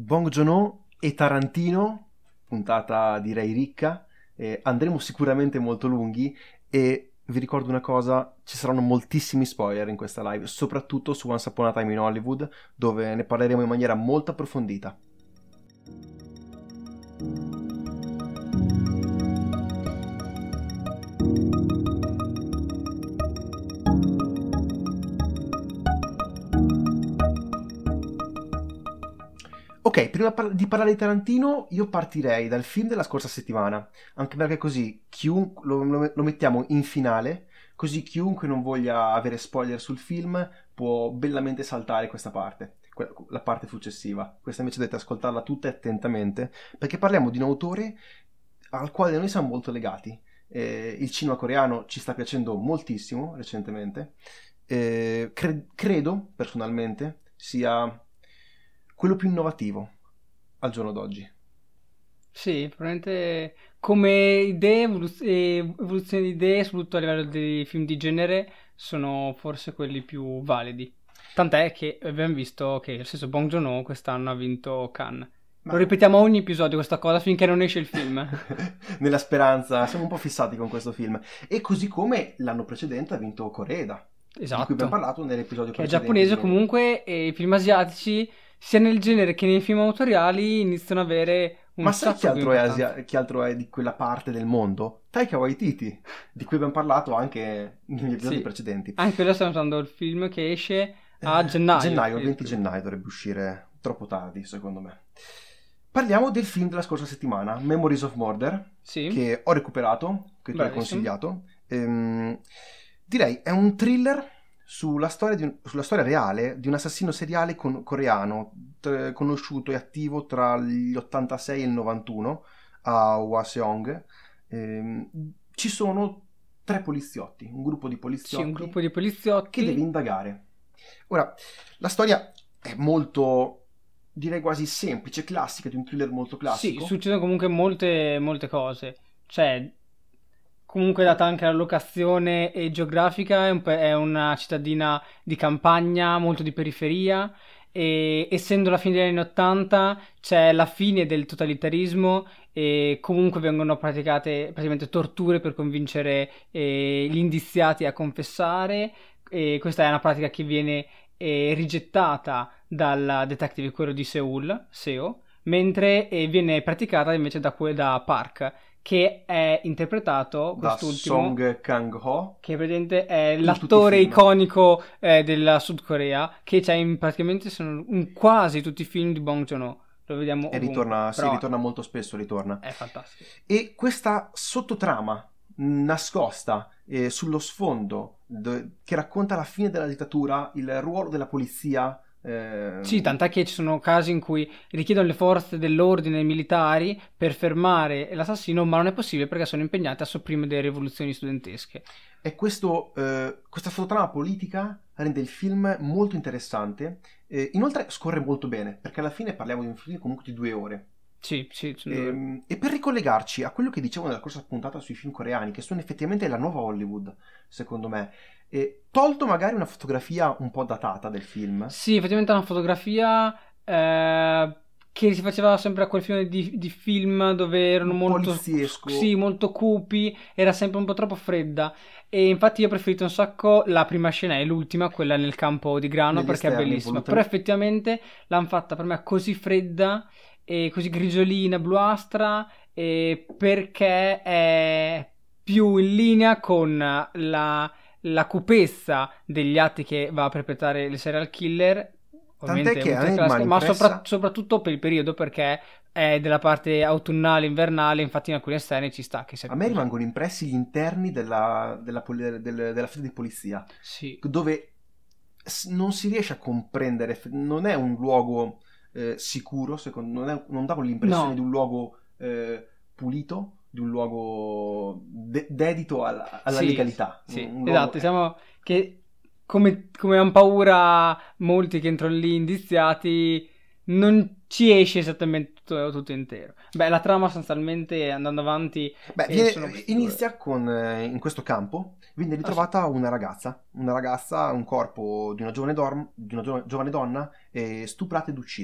Bong Joon-ho e Tarantino, puntata direi ricca, andremo sicuramente molto lunghi e vi ricordo una cosa, ci saranno moltissimi spoiler in questa live, soprattutto su Once Upon a Time in Hollywood, dove ne parleremo in maniera molto approfondita. Ok, prima di parlare di Tarantino, io partirei dal film della scorsa settimana, anche perché così lo mettiamo in finale, così chiunque non voglia avere spoiler sul film può bellamente saltare questa parte, la parte successiva. Questa invece dovete ascoltarla tutta attentamente, perché parliamo di un autore al quale noi siamo molto legati. Il cinema coreano ci sta piacendo moltissimo recentemente. Credo, personalmente, sia quello più innovativo al giorno d'oggi. Sì, probabilmente come idee, evoluzione di idee, soprattutto a livello di film di genere, sono forse quelli più validi. Tant'è che abbiamo visto che lo stesso Bong Joon-ho quest'anno ha vinto Cannes. Lo ripetiamo a ogni episodio questa cosa finché non esce il film. Nella speranza, siamo un po' fissati con questo film. E così come l'anno precedente ha vinto Koreeda, di cui abbiamo Esatto. parlato nell'episodio Che è precedente. giapponese comunque e i film asiatici, sia nel genere che nei film autoriali, iniziano ad avere un Ma sai sacco più importanza. chi altro è di quella parte del mondo? Taika Waititi, di cui abbiamo parlato anche negli episodi Sì, precedenti. anche quello stiamo usando il film che esce a gennaio. Gennaio, il 20 gennaio dovrebbe uscire, troppo tardi secondo me. Parliamo del film della scorsa settimana, Memories of Murder, Sì, che ho recuperato, che tu hai bravissimo. consigliato. Direi è un thriller sulla storia reale di un assassino seriale coreano conosciuto e attivo tra gli 86 e il 91 a Hwaseong. Ci sono tre poliziotti, un gruppo di Sì, un poliziotti gruppo di che deve poliziotti. indagare. Ora, la storia è molto, direi quasi semplice, classica, di un thriller molto Sì, classico. succedono comunque molte cose. Cioè, comunque data anche la locazione e geografica, è una cittadina di campagna, molto di periferia. E essendo la fine degli anni 80 c'è la fine del totalitarismo e comunque vengono praticate praticamente torture per convincere gli indiziati a confessare, e questa è una pratica che viene rigettata dal detective quello di Seoul, Seo, mentre viene praticata invece da Park, che è interpretato, Da quest'ultimo, Song Kang-ho che praticamente è in tutti i l'attore film. iconico della Sud Corea, che c'è praticamente sono in quasi tutti i film di Bong Joon-ho. Lo vediamo E ovunque, ritorna, sì, però ritorna molto spesso, ritorna. è fantastico. E questa sottotrama nascosta sullo sfondo che racconta la fine della dittatura, il ruolo della polizia. Sì, tant'è che ci sono casi in cui richiedono le forze dell'ordine militari per fermare l'assassino, ma non è possibile perché sono impegnati a sopprimere delle rivoluzioni studentesche. E questa sottotrama politica rende il film molto interessante. Inoltre scorre molto bene, perché alla fine parliamo di un film comunque di 2 ore. Sì, sì, sono due. E per ricollegarci a quello che dicevo nella scorsa puntata sui film coreani, che sono effettivamente la nuova Hollywood, secondo me, tolto magari una fotografia un po' datata del film. Sì, effettivamente è una fotografia che si faceva sempre a quel film di film dove erano Un molto, sì, poliziesco. molto cupi, era sempre un po' troppo fredda. E infatti io ho preferito un sacco la prima scena e l'ultima, quella nel campo di grano, Negli perché è esterni, bellissima. Però effettivamente l'hanno fatta per me così fredda e così grigiolina, bluastra, perché è più in linea con la cupezza degli atti che va a perpetrare il serial killer, Tant'è ovviamente che a emozione me rimane classica, ma impressa. soprattutto per il periodo perché è della parte autunnale, invernale, infatti in alcune scene ci sta che sia A me così. rimangono impressi gli interni della fila di polizia, Sì. dove non si riesce a comprendere, non è un luogo sicuro, non dà l'impressione di No, un luogo pulito, di un luogo dedito alla sì, legalità. sì, Un luogo, esatto, diciamo che come hanno paura molti che entrano lì indiziati, non ci esce esattamente tutto intero. Beh, la trama sostanzialmente andando avanti Beh, sono questi due. inizia con, in questo campo, viene Ah sì, ritrovata una ragazza, un corpo di una giovane donna stuprata ed uccisa.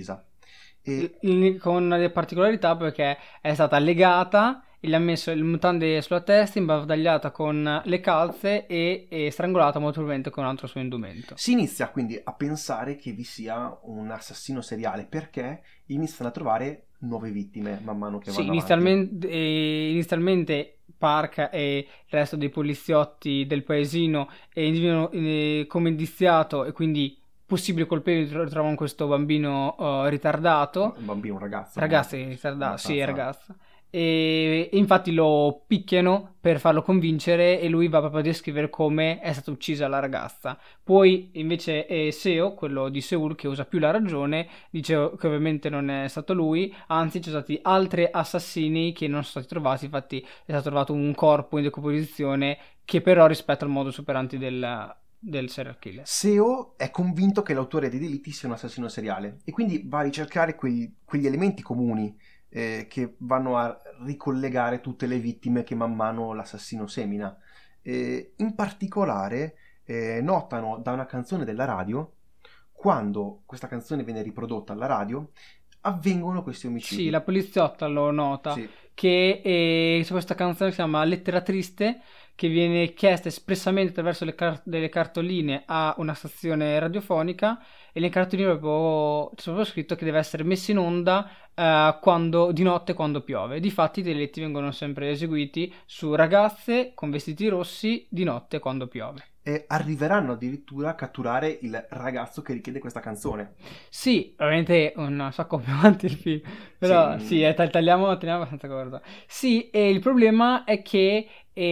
E Con delle particolarità perché è stata legata e gli ha messo il mutande sulla testa, imbavagliata con le calze e strangolata molto probabilmente con un altro suo indumento. si inizia quindi a pensare che vi sia un assassino seriale perché iniziano a trovare nuove vittime man mano che Sì, vanno avanti. inizialmente Park e il resto dei poliziotti del paesino individuano come indiziato e quindi possibili colpevoli trovano questo bambino ritardato, Un bambino, un ragazzo ragazzo comunque, ritardato, sì, è abbastanza... ragazzo, e infatti lo picchiano per farlo convincere e lui va proprio a descrivere come è stata uccisa la ragazza. Poi invece è Seo, quello di Seoul, che usa più la ragione, dice che ovviamente non è stato lui, anzi ci sono stati altri assassini che non sono stati trovati, infatti è stato trovato un corpo in decomposizione che però rispetta il modus operandi del serial killer. Seo è convinto che l'autore dei delitti sia un assassino seriale e quindi va a ricercare quegli elementi comuni che vanno a ricollegare tutte le vittime che man mano l'assassino semina. In particolare notano da una canzone della radio, quando questa canzone viene riprodotta alla radio, avvengono questi Sì, omicidi. la poliziotta lo nota, Sì, che c'è questa canzone che si chiama Lettera Triste, che viene chiesta espressamente attraverso delle cartoline a una stazione radiofonica, e nelle cartoline c'è proprio scritto che deve essere messa in onda di notte quando piove. Difatti i delitti vengono sempre eseguiti su ragazze con vestiti rossi di notte quando piove. e arriveranno addirittura a catturare il ragazzo che richiede questa canzone. Sì, ovviamente un sacco più avanti il film, Sì, però sì, tagliamo abbastanza corto. Sì, e il problema è che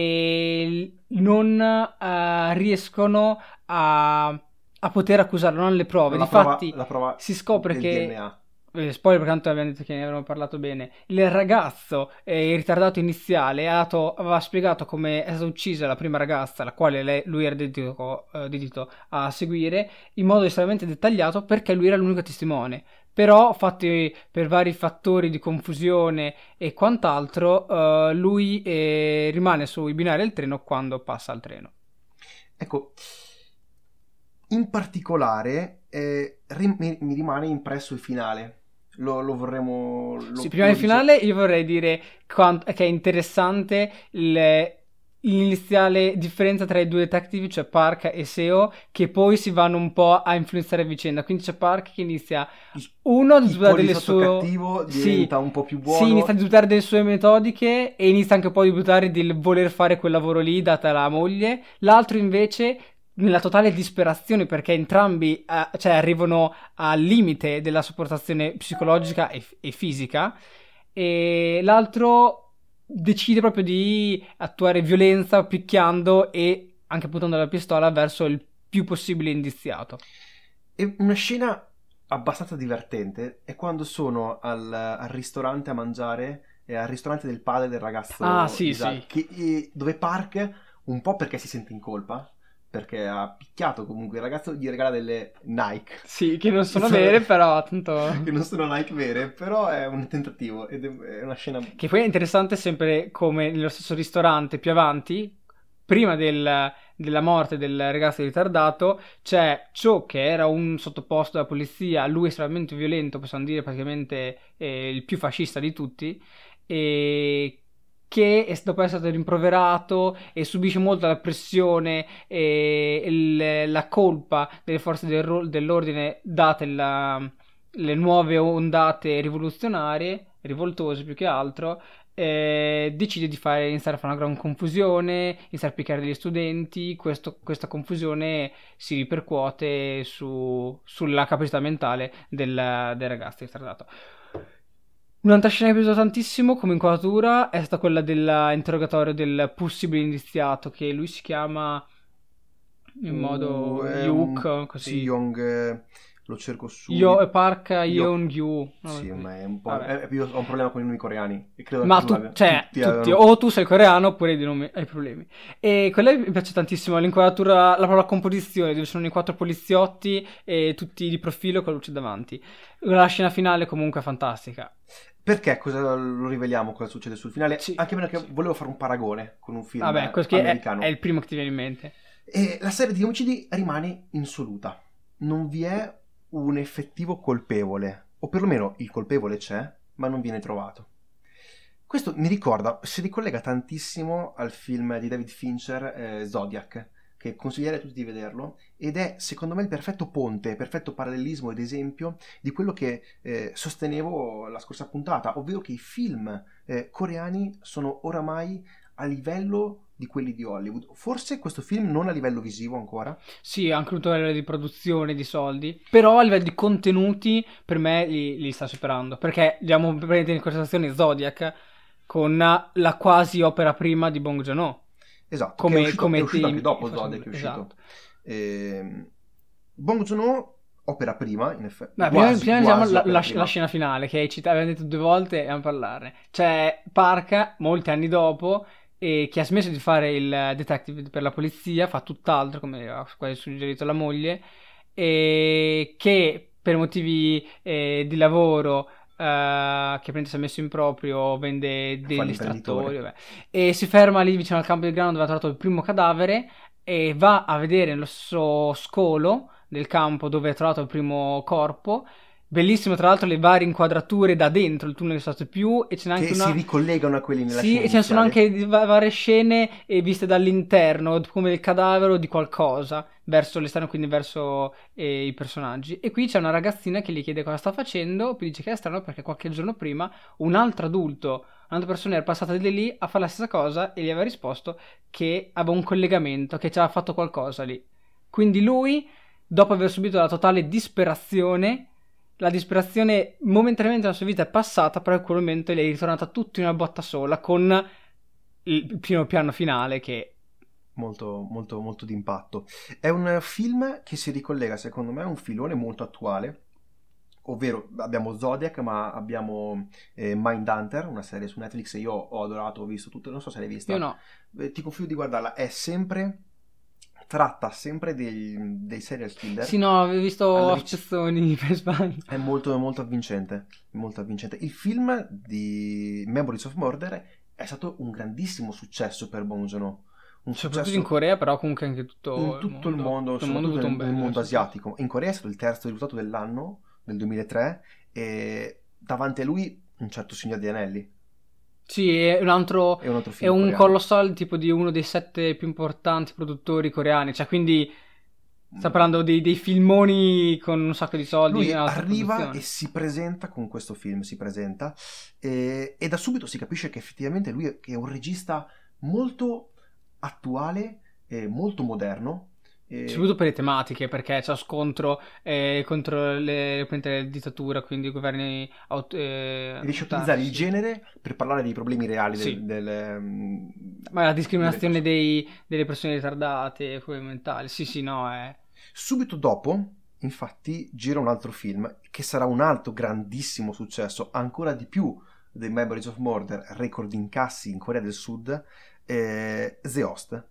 non riescono a poter accusarlo, non hanno le prove. Difatti la prova si scopre del che, DNA. spoiler perché tanto abbiamo detto che ne avevamo parlato bene, il ragazzo, il ritardato iniziale, aveva spiegato come è stata uccisa la prima ragazza, la quale lui era dedito a seguire, in modo estremamente dettagliato perché lui era l'unico testimone. Però, fatti per vari fattori di confusione e quant'altro, lui rimane sui binari del treno quando passa il treno. Ecco, in particolare mi rimane impresso il finale. Lo vorremmo... Sì, prima del finale io vorrei dire che è interessante l'iniziale differenza tra i due detective, cioè Park e Seo, che poi si vanno un po' a influenzare a vicenda. Quindi c'è Park che inizia uno a dubitare delle sue... cattivo diventa un po' più Sì, buono. inizia a dubitare delle sue metodiche e inizia anche un po' a dubitare del voler fare quel lavoro lì, data la moglie. L'altro invece nella totale disperazione perché entrambi cioè, arrivano al limite della sopportazione psicologica e fisica, e l'altro decide proprio di attuare violenza picchiando e anche puntando la pistola verso il più possibile indiziato. E una scena abbastanza divertente è quando sono al ristorante a mangiare, al ristorante del padre del ragazzo Sì, Isaac, dove Park, un po' perché si sente in colpa, perché ha picchiato comunque il ragazzo, gli regala delle Nike. Sì, che non sono vere, però tanto... che non sono Nike vere, però è un tentativo ed è una scena... Che poi è interessante sempre come nello stesso ristorante più avanti, prima della morte del ragazzo ritardato, c'è Cho che era un sottoposto della polizia, lui estremamente violento, possiamo dire praticamente il più fascista di tutti, e che dopo essere stato rimproverato e subisce molto la pressione e la colpa delle forze dell'ordine date le nuove ondate rivoluzionarie, rivoltose più che altro, decide di iniziare a fare una gran confusione, iniziare a picchiare degli studenti. Questa confusione si ripercuote sulla capacità mentale del ragazzo ritardato. Un'altra scena che mi è piaciuta tantissimo come inquadratura è stata quella dell'interrogatorio del possibile indiziato, che lui si chiama in modo Yuk, così. Sì, Young, lo cerco su... Park Yeon-gyu. Sì, ma è un po'... io ho un problema con i nomi coreani. E credo Ma tutti o tu sei coreano oppure di nome hai problemi. E quella mi piace tantissimo, l'inquadratura, la propria composizione, dove sono i 4 poliziotti e tutti di profilo con la luce davanti. La scena finale comunque è fantastica. Perché cosa lo riveliamo cosa succede sul finale? Sì, Anche perché volevo fare un paragone con un film americano. È il primo che ti viene in mente. E la serie di omicidi rimane insoluta. Non vi è un effettivo colpevole. o perlomeno il colpevole c'è, ma non viene trovato. Questo mi ricorda, si ricollega tantissimo al film di David Fincher, Zodiac, che consiglierei a tutti di vederlo, ed è secondo me il perfetto ponte, perfetto parallelismo ed esempio di quello che sostenevo la scorsa puntata, ovvero che i film coreani sono oramai a livello di quelli di Hollywood. Forse questo film non a livello visivo ancora. Sì, anche a livello di produzione, di soldi, però a livello di contenuti per me li sta superando, perché diamo prendere in considerazione Zodiac con la quasi opera prima di Bong Joon-ho. Esatto, che è uscito anche dopo Zodiac, è uscito. Esatto. Bong Joon-ho, opera prima, in effetti. Prima diciamo la scena finale, che abbiamo detto 2 volte e andiamo a parlarne. C'è Park, molti anni dopo, che ha smesso di fare il detective per la polizia, fa tutt'altro, come ha quasi suggerito la moglie, e che per motivi di lavoro... che praticamente si è messo in proprio, vende degli estrattori e si ferma lì vicino al campo di grano dove ha trovato il primo cadavere e va a vedere nello stesso scolo del campo dove ha trovato il primo corpo. Bellissimo, tra l'altro, le varie inquadrature da dentro il tunnel che più e c'è anche che si ricollegano a quelli nella scena. Sì, e ce ne sono anche varie scene viste dall'interno, come del cadavere o di qualcosa, verso l'esterno, quindi verso i personaggi. E qui c'è una ragazzina che gli chiede cosa sta facendo, poi dice che è strano perché qualche giorno prima un altro adulto, un'altra persona era passata di lì a fare la stessa cosa e gli aveva risposto che aveva un collegamento, che ci aveva fatto qualcosa lì. Quindi lui, dopo aver subito la totale disperazione, la disperazione momentaneamente nella sua vita è passata, però in quel momento gli è ritornata tutto in una botta sola con il primo piano finale che molto molto molto d'impatto. È un film che si ricollega secondo me a un filone molto attuale, ovvero abbiamo Zodiac, ma abbiamo Mindhunter, una serie su Netflix, e io ho adorato, ho visto tutto, non so se l'hai vista. Io no. Ti confido di guardarla, tratta sempre dei serial killer. Sì, no, avevo visto spezzoni per sbaglio. È molto molto avvincente, molto avvincente. Il film di Memories of Murder è stato un grandissimo successo per Bong Joon-ho. Soprattutto in Corea, però comunque anche in tutto il mondo, soprattutto nel mondo asiatico. In Corea è stato il terzo risultato dell'anno, del 2003, e davanti a lui un certo Signor degli Anelli. Sì, è un altro film. È un coreano. Colossal tipo di uno dei 7 più importanti produttori coreani. Cioè, quindi sta parlando dei filmoni con un sacco di soldi. Lui arriva e si presenta con questo film, e da subito si capisce che effettivamente lui è un regista molto attuale e molto moderno. Soprattutto per le tematiche, perché c'è scontro contro la dittatura, quindi i governi riesce a utilizzare il genere per parlare dei problemi reali ma la discriminazione delle persone ritardate, fondamentali. Sì, no, è... Subito dopo, infatti, gira un altro film che sarà un altro grandissimo successo, ancora di più dei Memories of Murder, record incassi in Corea del Sud, The Host.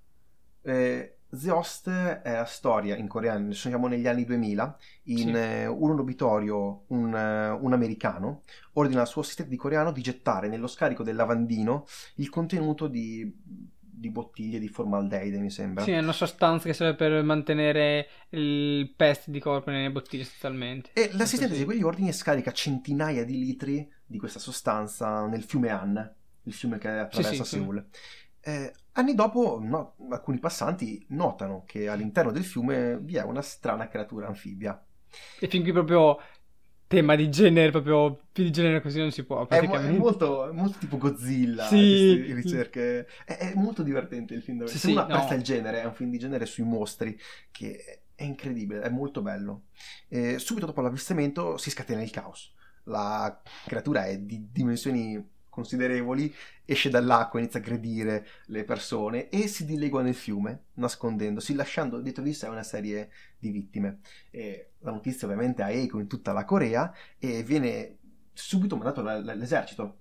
The Host è la storia in coreano, siamo negli anni 2000, un obitorio, un americano ordina al suo assistente di coreano di gettare nello scarico del lavandino il contenuto di bottiglie di formaldeide, mi sembra. Sì, è una sostanza che serve per mantenere il pest di corpo nelle bottiglie essenzialmente. E l'assistente di quegli ordini scarica centinaia di litri di questa sostanza nel fiume Han, il fiume che attraversa Seul. Anni dopo alcuni passanti notano che all'interno del fiume vi è una strana creatura anfibia. E fin qui proprio tema di genere, proprio più di genere così non si può praticamente. È molto tipo Godzilla, queste ricerche. È molto divertente il film. Se uno apprezza il genere, è un film di genere sui mostri che è incredibile, è molto bello. Subito dopo l'avvistamento si scatena il caos. La creatura è di dimensioni considerevoli, esce dall'acqua, inizia a aggredire le persone e si dilegua nel fiume, nascondendosi, lasciando dietro di sé una serie di vittime. La notizia ovviamente ha eco in tutta la Corea e viene subito mandato l'esercito.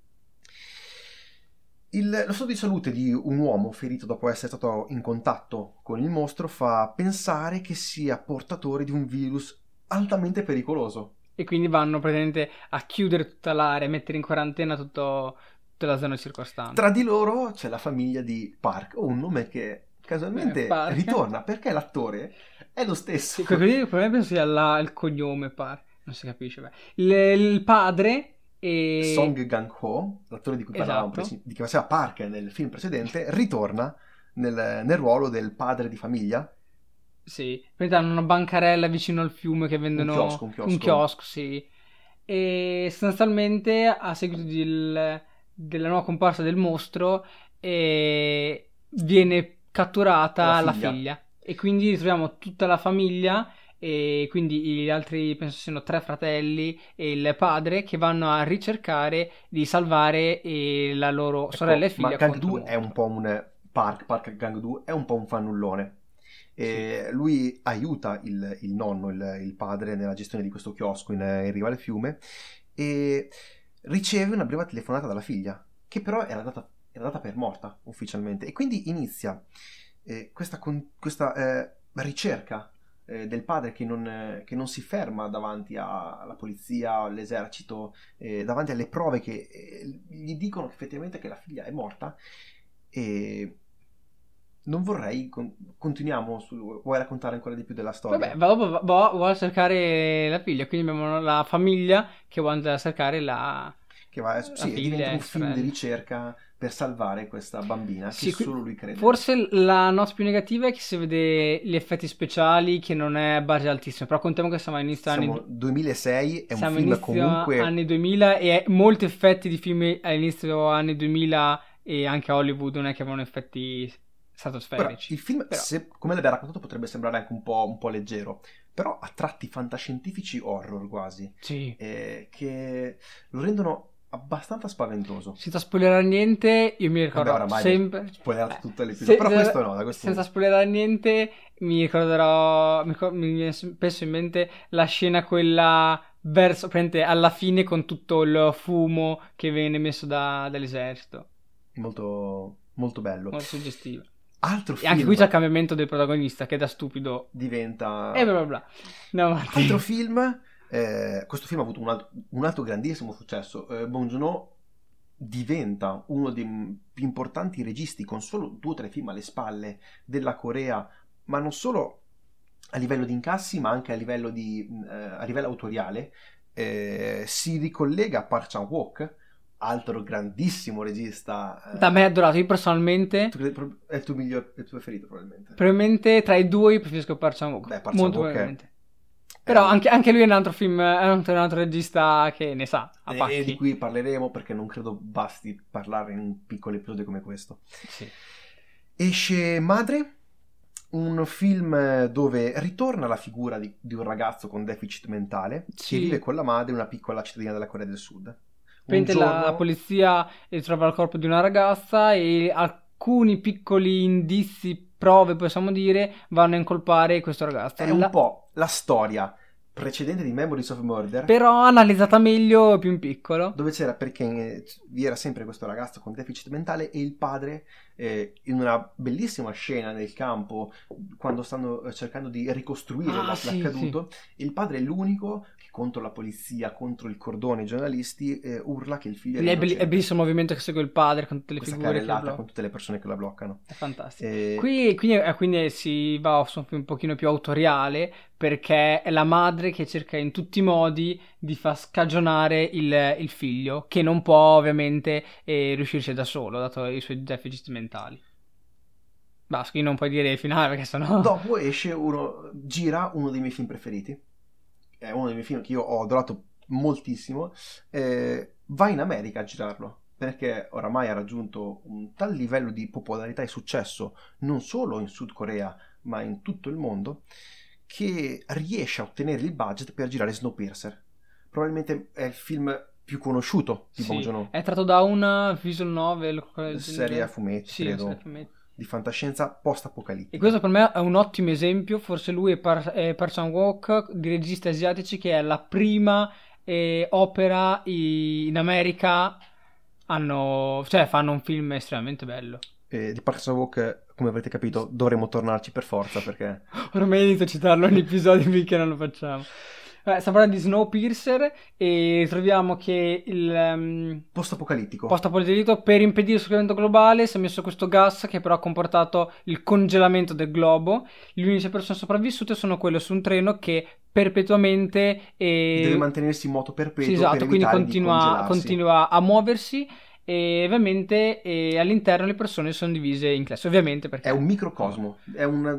Lo stato di salute di un uomo ferito dopo essere stato in contatto con il mostro fa pensare che sia portatore di un virus altamente pericoloso. E quindi vanno praticamente a chiudere tutta l'area, mettere in quarantena tutta la zona circostante. Tra di loro c'è la famiglia di Park, un nome che casualmente ritorna perché l'attore è lo stesso. Sì, il problema penso sia il cognome Park. Non si capisce, beh. Il padre Song Gang-ho, l'attore di cui parlavamo, esatto. di cui faceva Park nel film precedente, ritorna nel ruolo del padre di famiglia. Sì, perché hanno una bancarella vicino al fiume che Un chiosco, vendono un un chiosco. chiosco, sì. E sostanzialmente a seguito della nuova comparsa del mostro viene La catturata la figlia. figlia e quindi ritroviamo tutta la famiglia e quindi gli altri penso siano 3 fratelli e il padre che vanno a ricercare di salvare la loro sorella e Ecco, ma figlia contro il Gang-do è un mostro. po' un... Park Gang-do è un po' un fannullone. Sì. E lui aiuta il nonno, il padre, nella gestione di questo chiosco in riva al fiume e riceve una breve telefonata dalla figlia, che però era data per morta ufficialmente. E quindi inizia questa ricerca del padre che non si ferma davanti alla polizia, all'esercito, davanti alle prove che gli dicono effettivamente che la figlia è morta. E non vorrei, continuiamo, vuoi raccontare ancora di più della Vabbè, storia? vuole cercare la figlia, quindi abbiamo la famiglia che vuole andare a cercare Che va, la sì, diventa figlia un e film di sorella. ricerca per salvare questa bambina che Sì, solo lui crede. forse la nota più negativa è che si vede gli effetti speciali che non è budget altissimo, però contiamo che Siamo 2006, è un siamo film inizio comunque... anni 2000 e molti effetti di film all'inizio anni 2000 e anche a Hollywood non è che avevano effetti Ora, stratosferici, il film, però come l'abbiamo raccontato, potrebbe sembrare anche un po' leggero, però ha tratti fantascientifici horror quasi, sì. che lo rendono abbastanza spaventoso. Senza spoilerare niente, io mi Vabbè, ricorderò oramai hai sempre. spoilerato tutto l'episodio, però questo no, da Senza questo... spoilerare niente, mi ricorderò. Mi viene spesso in mente la scena quella verso, praticamente alla fine con tutto il fumo che viene messo dall'esercito. Molto, molto bello. Molto suggestiva. Altro E anche qui c'è il film cambiamento del protagonista che da stupido. E diventa... bla bla bla. Andiamo Altro avanti. film, questo film ha avuto un altro grandissimo successo. Bong Joon-ho diventa uno dei più importanti registi con solo 2 o 3 film alle spalle della Corea, ma non solo a livello di incassi, ma anche a livello autoriale. Si ricollega a Park Chan-wook, altro grandissimo regista. Da me è adorato. Io personalmente, È il tuo miglior, è il tuo preferito probabilmente. probabilmente tra i due io preferisco Park Chan-wook. Beh, Park Molto Chan-wook probabilmente. è Però anche lui è un altro film, è un altro regista che ne sa, a e di pacchi. cui parleremo perché non credo basti parlare in un piccolo episodio come questo. Sì. Esce Madre, un film dove ritorna la figura di un ragazzo con deficit mentale che vive Sì. con la madre in una piccola cittadina della Corea del Sud. Un Praticamente la giorno, polizia trova il corpo di una ragazza e alcuni piccoli indizi, prove possiamo dire, vanno a incolpare questo ragazzo. è un po' la storia precedente di Memories of Murder, Però analizzata meglio più in piccolo. dove c'era perché vi era sempre questo ragazzo con deficit mentale e il padre in una bellissima scena nel campo quando stanno cercando di ricostruire Ah, sì, sì. l'accaduto, il padre è l'unico che contro la polizia, contro il cordone, i giornalisti, urla che il figlio era È innocente. bellissimo il movimento che segue il padre con tutte le Questa figure che carrellata lo... con tutte le persone che la bloccano. È fantastico. E Quindi si va su un pochino più autoriale perché è la madre che cerca in tutti i modi di far scagionare il figlio, che non può ovviamente riuscirci da solo, dato i suoi deficit mentali. Basta, qui non puoi dire il finale perché sennò... dopo gira uno dei miei film preferiti, è uno dei miei film che io ho adorato moltissimo, va in America a girarlo, perché oramai ha raggiunto un tal livello di popolarità e successo, non solo in Sud Corea, ma in tutto il mondo, che riesce a ottenere il budget per girare Snowpiercer. Probabilmente è il film più conosciuto di Bong Sì, Joon-ho, è tratto da una visual novel, qualcosa del serie a genere. fumetti, Sì, una serie a credo, fumetti. di fantascienza E post-apocalittica. questo per me è un ottimo esempio, forse lui è Park Chan-wook, di registi asiatici, che è la prima opera in America, fanno un film estremamente bello. Di Park Chan-wook, come avrete capito, dovremo tornarci per forza perché Ormai inizio a citarlo ogni episodio finché non lo facciamo. Stiamo parlando di Snowpiercer e troviamo che il post-apocalittico. post-apocalittico per impedire il surgimento globale si è messo questo gas che però ha comportato il congelamento del globo. Le uniche persone sopravvissute sono quelle su un treno che perpetuamente Deve e mantenersi in moto sì, perpetuo per esatto, quindi evitare di continua, congelarsi. continua a muoversi e ovviamente all'interno le persone sono divise in classi, ovviamente È perché un insomma, microcosmo, è una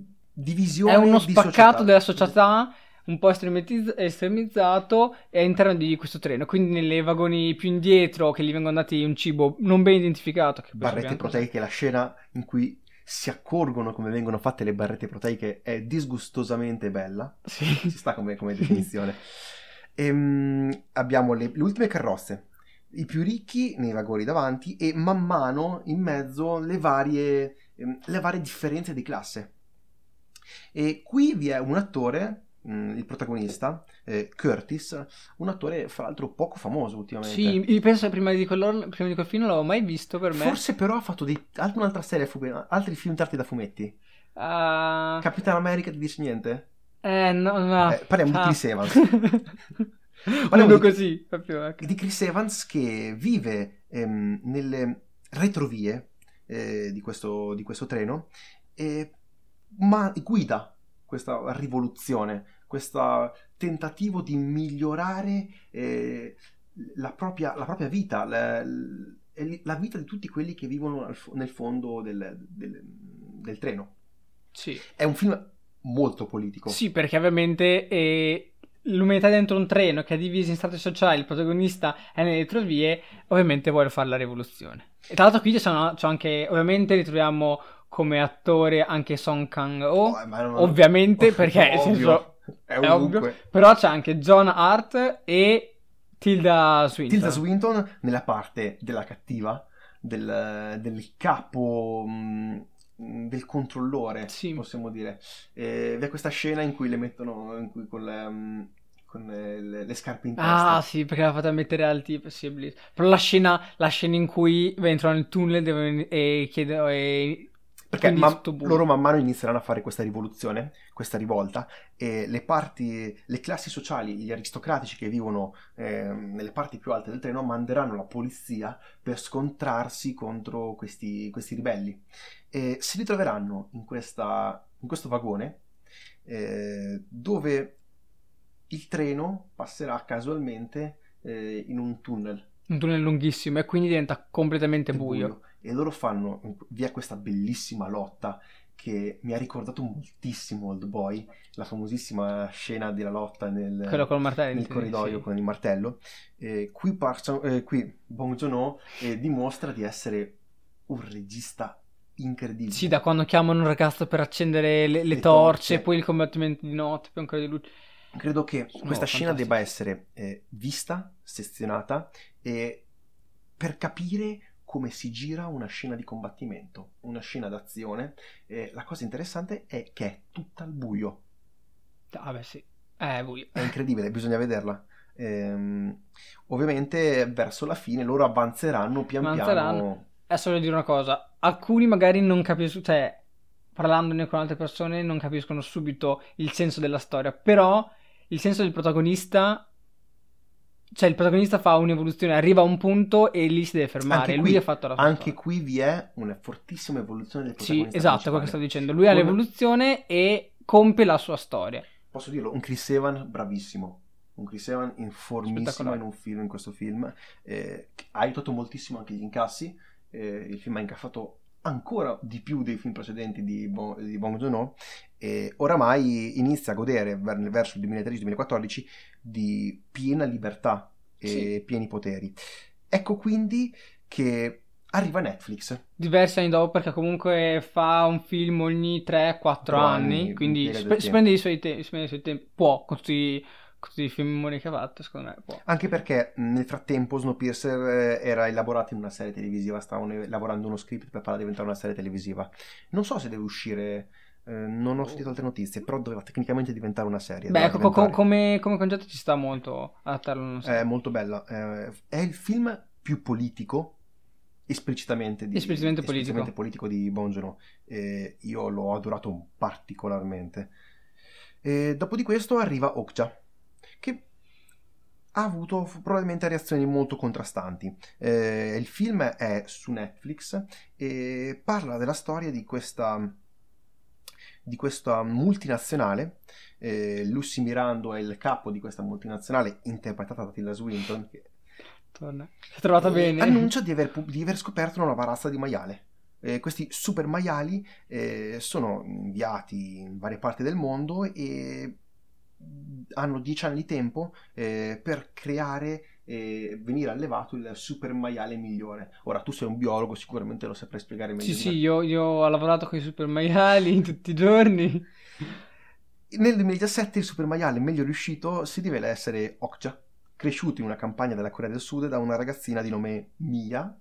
è uno divisione di spaccato società. della società un po' estremizzato e all'interno di questo treno, quindi nelle vagoni più indietro che gli vengono dati un cibo non ben identificato, che poi Barrette sappiamo cos'è. proteiche, la scena in cui si accorgono come vengono fatte le barrette proteiche è disgustosamente bella, Sì. ci sta come definizione. Abbiamo le ultime carrozze, i più ricchi nei vagoni davanti e man mano in mezzo le varie differenze di classe. E qui vi è un attore, il protagonista, Curtis, un attore fra l'altro poco famoso ultimamente. Sì, io penso che prima di quel film non l'avevo mai visto per me. Forse però ha fatto un'altra serie, altri film tratti da fumetti. Ah, Capitan America ti dice niente? no, no. Parliamo di Ah. Chris Evans. Parliamo Uno di, così, proprio. Ecco. di Chris Evans che vive nelle retrovie di questo treno, ma guida questa rivoluzione, questo tentativo di migliorare la propria vita, la vita di tutti quelli che vivono nel fondo del treno. Sì. È un film molto politico. Sì, perché ovviamente l'umanità è dentro un treno che è diviso in strati sociali, il protagonista è nelle retrovie, ovviamente vuole fare la rivoluzione. E tra l'altro qui c'è anche, ovviamente ritroviamo come attore anche Song Kang-ho, Ma ovviamente, perché nel ovvio, senso è è ovvio, ovunque. però c'è anche John Hart e Tilda Tilda Swinton. Swinton nella parte della cattiva, del capo, del controllore, Sì. possiamo dire. Vi è questa scena in cui le mettono con le scarpe in Ah, testa. sì, perché l'ha fatta mettere alti possibili. Però la scena in cui entrano nel tunnel e chiedono e Perché quindi è tutto loro buio. man mano inizieranno a fare questa rivoluzione, questa rivolta, e le classi sociali, gli aristocratici che vivono nelle parti più alte del treno manderanno la polizia per scontrarsi contro questi ribelli. E si ritroveranno in questo vagone dove il treno passerà casualmente in un tunnel. Un tunnel lunghissimo e quindi diventa completamente È buio. buio e loro fanno via questa bellissima lotta che mi ha ricordato moltissimo Old Boy, la famosissima scena della lotta Quello nel, col martello, nel corridoio sì. con il martello. Qui Bong Joon-ho dimostra di essere un regista Sì, incredibile. da quando chiamano un ragazzo per accendere le Le torce, torce. poi il combattimento di notte, poi ancora di luce. Credo che Sono questa scena debba fantastici. essere vista, sezionata e per capire come si gira una scena di combattimento, una scena d'azione. La cosa interessante è che è tutta al buio. Ah, beh, sì. È buio. È incredibile, bisogna vederla. Ovviamente verso la fine loro avanzeranno pian Manzeran, piano. è solo dire una cosa, alcuni magari non capiscono, cioè, parlandone con altre persone non capiscono subito il senso della storia, però il senso del protagonista, cioè il protagonista fa un'evoluzione, arriva a un punto e lì si deve fermare, Anche e lui ha qui, fatto la sua anche storia. qui vi è una fortissima evoluzione del Sì, protagonista esatto, è quello che sto principale. dicendo, lui ha Con, l'evoluzione e compie la sua storia. posso dirlo, un Chris Evans bravissimo. Un Chris Evans in formissima Spettacolare. in questo film. Ha aiutato moltissimo anche gli incassi. Il film ha incassato ancora di più dei film precedenti di Bong Joon-ho. E oramai inizia a godere verso il 2013-2014 di piena libertà Sì, e pieni poteri. Ecco quindi che arriva Netflix. diversi anni dopo perché comunque fa un film ogni 3-4 4 anni, anni quindi impiega del si tempo. prende i suoi tempi, può, con tutti i film che ha fatto, secondo me può. Anche perché nel frattempo Snowpiercer era elaborato in una serie televisiva, stavano lavorando uno script per farla diventare una serie televisiva. Non so se deve uscire, non ho sentito altre notizie, però doveva tecnicamente diventare una serie, Beh, doveva ecco, diventare. come concetto ci sta molto adattarlo a una È serie. molto bella. È il film più politico, Esplicitamente esplicitamente politico. politico di Bong Joon-ho. Io l'ho adorato particolarmente. Dopo di questo arriva Okja, che ha avuto probabilmente reazioni molto contrastanti. Il film è su Netflix e parla della storia di questa multinazionale. Lucy Mirando è il capo di questa multinazionale, interpretata da Tilda Swinton, che Si è trovata bene. annuncia di aver scoperto una nuova razza di maiale. Questi super maiali sono inviati in varie parti del mondo e hanno 10 anni di tempo per creare e venire allevato il super maiale migliore. Ora, tu sei un biologo, sicuramente lo saprai spiegare meglio. Sì, io ho lavorato con i super maiali tutti i giorni. Nel 2017 il super maiale meglio riuscito si rivela essere Okja, cresciuto in una campagna della Corea del Sud da una ragazzina di nome Mija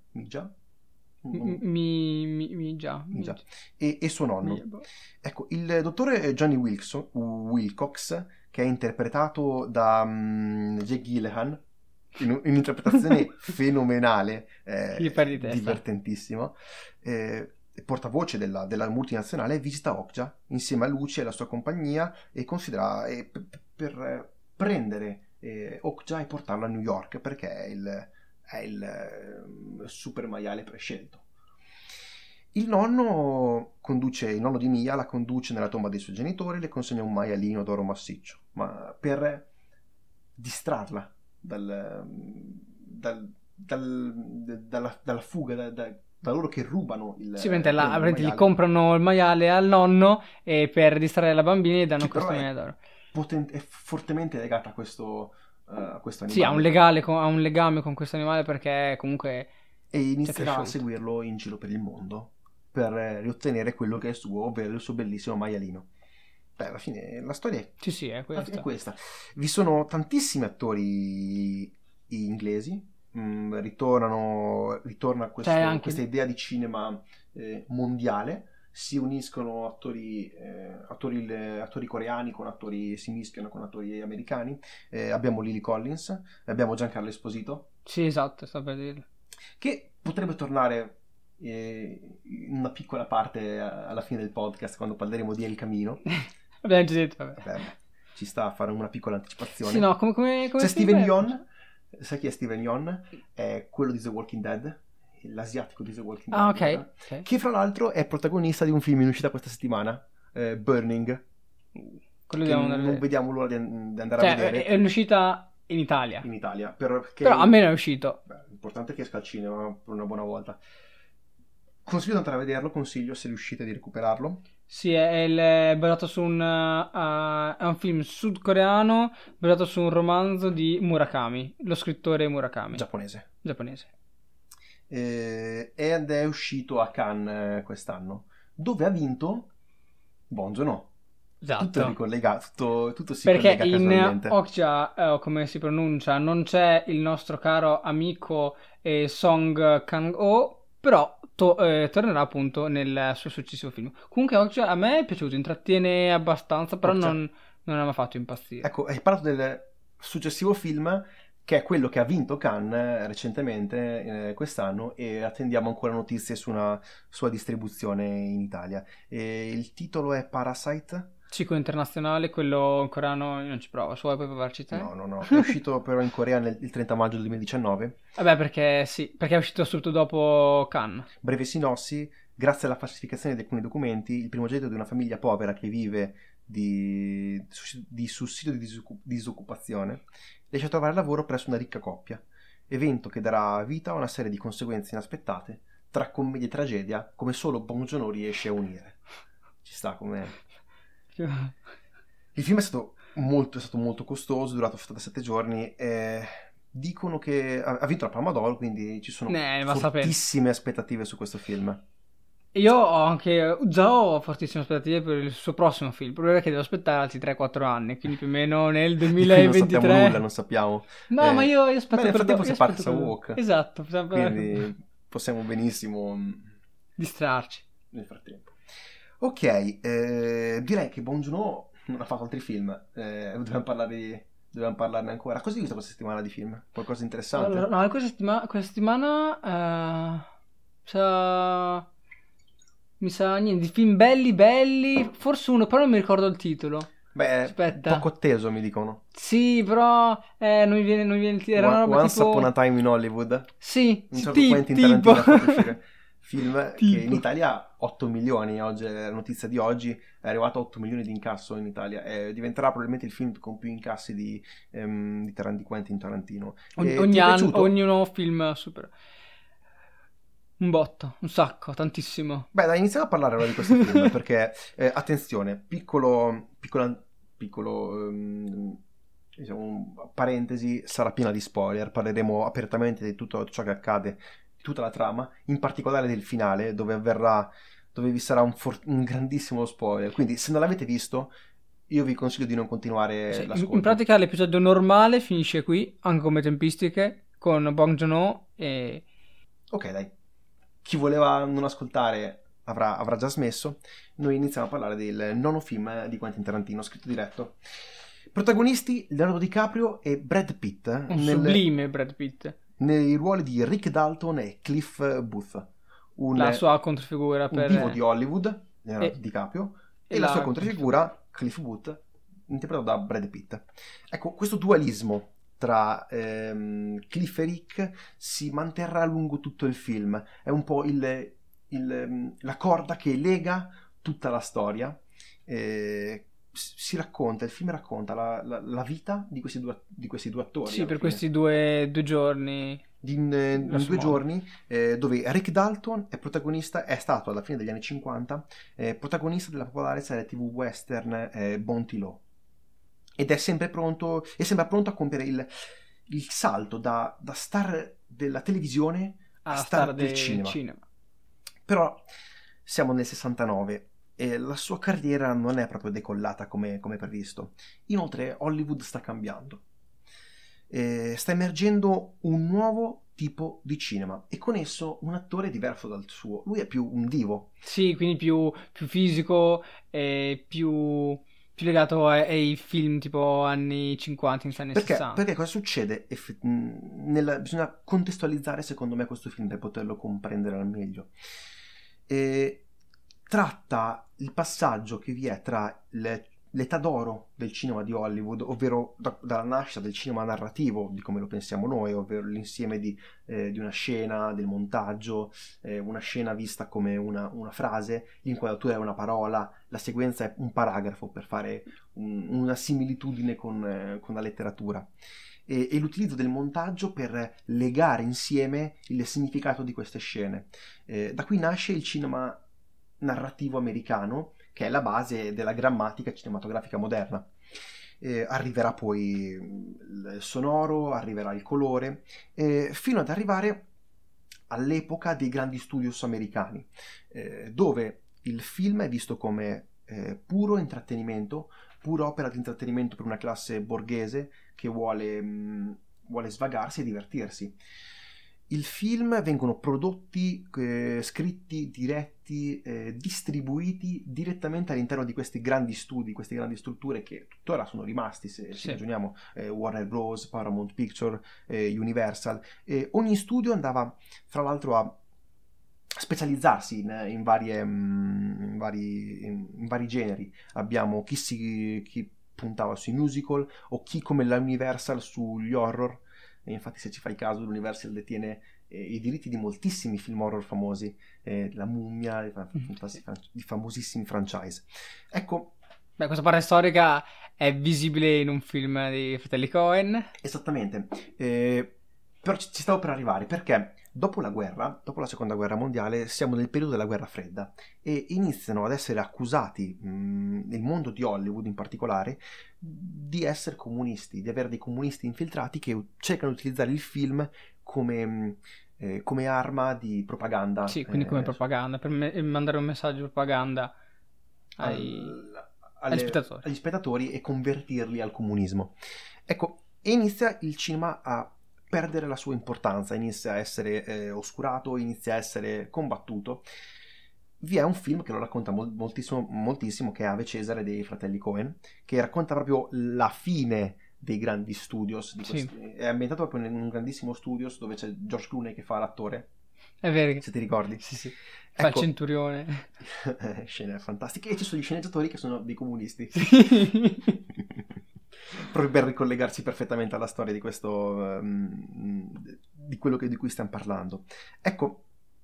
e suo nonno. Ecco, il dottore Johnny Wilcox, che è interpretato da Jake Gyllenhaal in un'interpretazione fenomenale, divertentissimo, portavoce della multinazionale, visita Okja insieme a Lucy e alla sua compagnia e considera per prendere Okja e portarlo a New York, perché è il super maiale prescelto. Il nonno di Mia la conduce nella tomba dei suoi genitori e le consegna un maialino d'oro massiccio, ma per distrarla dalla fuga, da loro che rubano il maiale. Gli comprano il maiale al nonno e per distrarre la bambina gli danno questo maiale d'oro. È fortemente legata a questo animale. Sì, ha un legame con questo animale, perché comunque e inizierà a seguirlo in giro per il mondo per riottenere quello che è suo, ovvero il suo bellissimo maialino. Beh, alla fine la storia è questa. Vi sono tantissimi attori inglesi, ritorna questa idea di cinema mondiale, si uniscono attori coreani con si mischiano con attori americani. Abbiamo Lily Collins, abbiamo Giancarlo Esposito. Sì, esatto, sto per dirlo. Che potrebbe tornare in una piccola parte alla fine del podcast, quando parleremo di El Camino. Abbiamo già detto, vabbè, ci sta a fare una piccola anticipazione. Sì, no, come c'è Steven Yeun. Sai chi è Steven Yeun? È quello di The Walking Dead, l'asiatico di The Walking Dead. Ok. Che fra l'altro è protagonista di un film in uscita questa settimana, Burning. Non vediamo l'ora di andare a vedere. È in uscita in Italia. Però almeno è uscito. L'importante è che esca al cinema per una buona volta. Consiglio di andare a vederlo, se riuscite di recuperarlo. Sì, è basato su è un film sudcoreano basato su un romanzo di Murakami, lo scrittore Murakami. Giapponese. Ed è uscito a Cannes quest'anno, dove ha vinto Bong Joon-ho. Esatto. Tutto è ricollegato, tutto si perché collega casualmente. In Okja, come si pronuncia, non c'è il nostro caro amico Song Kang-ho, però tornerà appunto nel suo successivo film. Comunque Okja a me è piaciuto, intrattiene abbastanza, però non mi ha fatto impazzire. Ecco, hai parlato del successivo film, che è quello che ha vinto Cannes recentemente, quest'anno, e attendiamo ancora notizie su una sua distribuzione in Italia. Il titolo è Parasite. Cico internazionale, quello in coreano io non ci provo, vuoi poi provarci te? No, è uscito però in Corea il 30 maggio del 2019. Vabbè, perché è uscito subito dopo Cannes. Breve sinossi: grazie alla falsificazione di alcuni documenti, il primogenito di una famiglia povera che vive di sussidio di disoccupazione riesce a trovare lavoro presso una ricca coppia, evento che darà vita a una serie di conseguenze inaspettate tra commedia e tragedia, come solo Bong Joon-ho riesce a unire. Ci sta come... Il film è stato molto costoso, durato 7 giorni. Dicono che ha vinto la Palma d'Oro, quindi ci sono fortissime aspettative su questo film. Io ho fortissime aspettative per il suo prossimo film. Il problema è che devo aspettare altri 3-4 anni, quindi più o meno nel 2023. Non sappiamo. No, ma io aspetto. Nel frattempo si Parks and Walk. Esatto. Quindi possiamo benissimo distrarci nel frattempo. Ok, direi che Bong Joon-ho non ha fatto altri film. Dobbiamo parlarne ancora. Cosa hai visto questa settimana di film? Qualcosa di interessante? No, questa settimana mi sa niente di film belli. Forse uno, però non mi ricordo il titolo. Beh, aspetta. Poco atteso, mi dicono. Sì, però non mi viene il titolo. Once Upon a Time in Hollywood. Sì, un certo Quentin Tarantino ha fatto uscire. Film che in Italia ha 8 milioni, oggi la notizia di oggi è arrivato a 8 milioni di incasso in Italia, diventerà probabilmente il film con più incassi di Quentin Tarantino. Ogni anno, ogni nuovo film super. Un botto, un sacco, tantissimo. Beh, dai, iniziamo a parlare ora di questo film, perché, attenzione, piccolo diciamo, parentesi, sarà piena di spoiler, parleremo apertamente di tutto ciò che accade, di tutta la trama, in particolare del finale, dove vi sarà un grandissimo spoiler, quindi se non l'avete visto, io vi consiglio di non continuare l'ascolto. In pratica l'episodio normale finisce qui, anche come tempistiche, con Bong Joon-ho e... Ok, dai. Chi voleva non ascoltare avrà già smesso. Noi iniziamo a parlare del nono film di Quentin Tarantino, scritto diretto. Protagonisti Leonardo DiCaprio e Brad Pitt. Sublime Brad Pitt. Nei ruoli di Rick Dalton e Cliff Booth. La sua controfigura per... Un divo di Hollywood, Leonardo DiCaprio, e la sua controfigura, Cliff Booth, interpretato da Brad Pitt. Ecco, questo dualismo tra Cliff e Rick si manterrà lungo tutto il film. È un po' la corda che lega tutta la storia. Il film racconta la vita di questi due attori. Sì, per questi due giorni. In 2 giorni, dove Rick Dalton è stato alla fine degli anni 50 protagonista della popolare serie TV western Bounty Law. Ed è sempre pronto a compiere il salto da star della televisione a star del cinema. Però siamo nel 69 e la sua carriera non è proprio decollata come previsto. Inoltre Hollywood sta cambiando. Sta emergendo un nuovo tipo di cinema e con esso un attore diverso dal suo. Lui è più un divo. Sì, quindi più fisico e più legato ai film tipo anni 50, anni 60. Perché cosa succede? Bisogna contestualizzare secondo me questo film per poterlo comprendere al meglio. Tratta il passaggio che vi è tra l'età d'oro del cinema di Hollywood, ovvero dalla nascita del cinema narrativo, di come lo pensiamo noi, ovvero l'insieme di una scena, del montaggio, una scena vista come una frase, l'inquadratura è una parola, la sequenza è un paragrafo, per fare una similitudine con la letteratura. E l'utilizzo del montaggio per legare insieme il significato di queste scene. Da qui nasce il cinema narrativo americano, che è la base della grammatica cinematografica moderna. Arriverà poi il sonoro, arriverà il colore, fino ad arrivare all'epoca dei grandi studios americani, dove il film è visto come puro intrattenimento, pura opera di intrattenimento per una classe borghese che vuole svagarsi e divertirsi. Il film vengono prodotti, scritti, diretti, distribuiti direttamente all'interno di questi grandi studi, queste grandi strutture che tuttora sono rimasti, se ragioniamo, Warner Bros., Paramount Picture, Universal. Ogni studio andava, fra l'altro, a specializzarsi in vari generi. Abbiamo chi puntava sui musical o chi, come la Universal, sugli horror. E infatti, se ci fai caso, l'Universal detiene i diritti di moltissimi film horror famosi, La Mummia, di famosissimi franchise. Ecco. Beh, questa parte storica è visibile in un film di Fratelli Coen. Esattamente. Però ci stavo per arrivare, perché dopo la seconda guerra mondiale, siamo nel periodo della guerra fredda e iniziano ad essere accusati, nel mondo di Hollywood in particolare, di essere comunisti, di avere dei comunisti infiltrati che cercano di utilizzare il film come arma di propaganda. Sì, quindi come propaganda, per mandare un messaggio di propaganda agli spettatori e convertirli al comunismo. Ecco, e inizia il cinema a perdere la sua importanza, inizia a essere oscurato, inizia a essere combattuto. Vi è un film che lo racconta moltissimo, che è Ave Cesare dei fratelli Coen, che racconta proprio la fine dei grandi studios. È ambientato proprio in un grandissimo studios dove c'è George Clooney che fa l'attore. È vero. Se ti ricordi. Sì. Fa il centurione. Scene fantastiche. E ci sono gli sceneggiatori che sono dei comunisti. Sì. Proprio per ricollegarsi perfettamente alla storia di questo di quello di cui stiamo parlando. Ecco,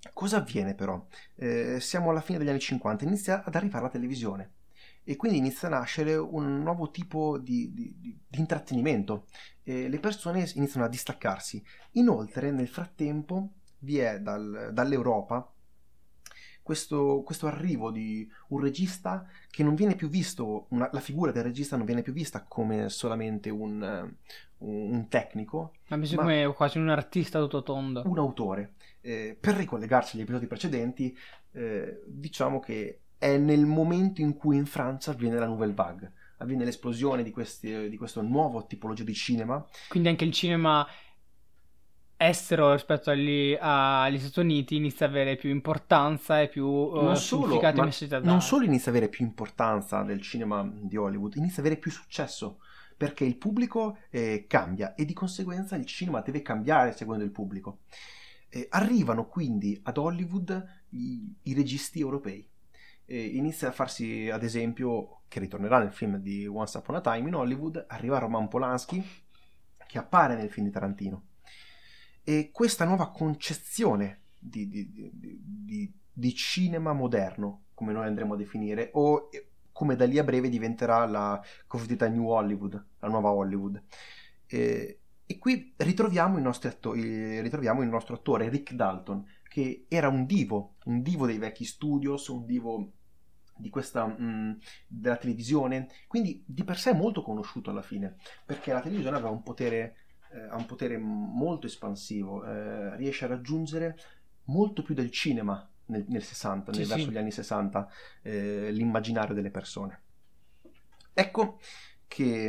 Cosa avviene però? Siamo alla fine degli anni 50, inizia ad arrivare la televisione e quindi inizia a nascere un nuovo tipo di intrattenimento e le persone iniziano a distaccarsi. Inoltre, nel frattempo, vi è dall'Europa questo arrivo di un regista che non viene più visto, la figura del regista non viene più vista come solamente un tecnico, Ma mi ma sembra come quasi un artista tutto tondo. un autore. Per ricollegarci agli episodi precedenti, diciamo che è nel momento in cui in Francia avviene la Nouvelle Vague, avviene l'esplosione di questo nuovo tipologia di cinema. Quindi anche il cinema estero rispetto agli Stati Uniti inizia ad avere più importanza e più Non solo, significato e ma messaggi da non dare. solo inizia ad avere più importanza del cinema di Hollywood, inizia ad avere più successo, perché il pubblico cambia e di conseguenza il cinema deve cambiare seguendo il pubblico. Arrivano quindi ad Hollywood i registi europei. Inizia a farsi, ad esempio, che ritornerà nel film di Once Upon a Time in Hollywood, arriva Roman Polanski, che appare nel film di Tarantino. E questa nuova concezione di cinema moderno, come noi andremo a definire, o come da lì a breve diventerà la cosiddetta New Hollywood, la nuova Hollywood. E qui ritroviamo ritroviamo il nostro attore Rick Dalton, che era un divo dei vecchi studios, un divo di della televisione, quindi di per sé molto conosciuto alla fine, perché la televisione aveva ha un potere molto espansivo, riesce a raggiungere molto più del cinema nel 60, Sì, verso sì. gli anni 60, l'immaginario delle persone. Ecco che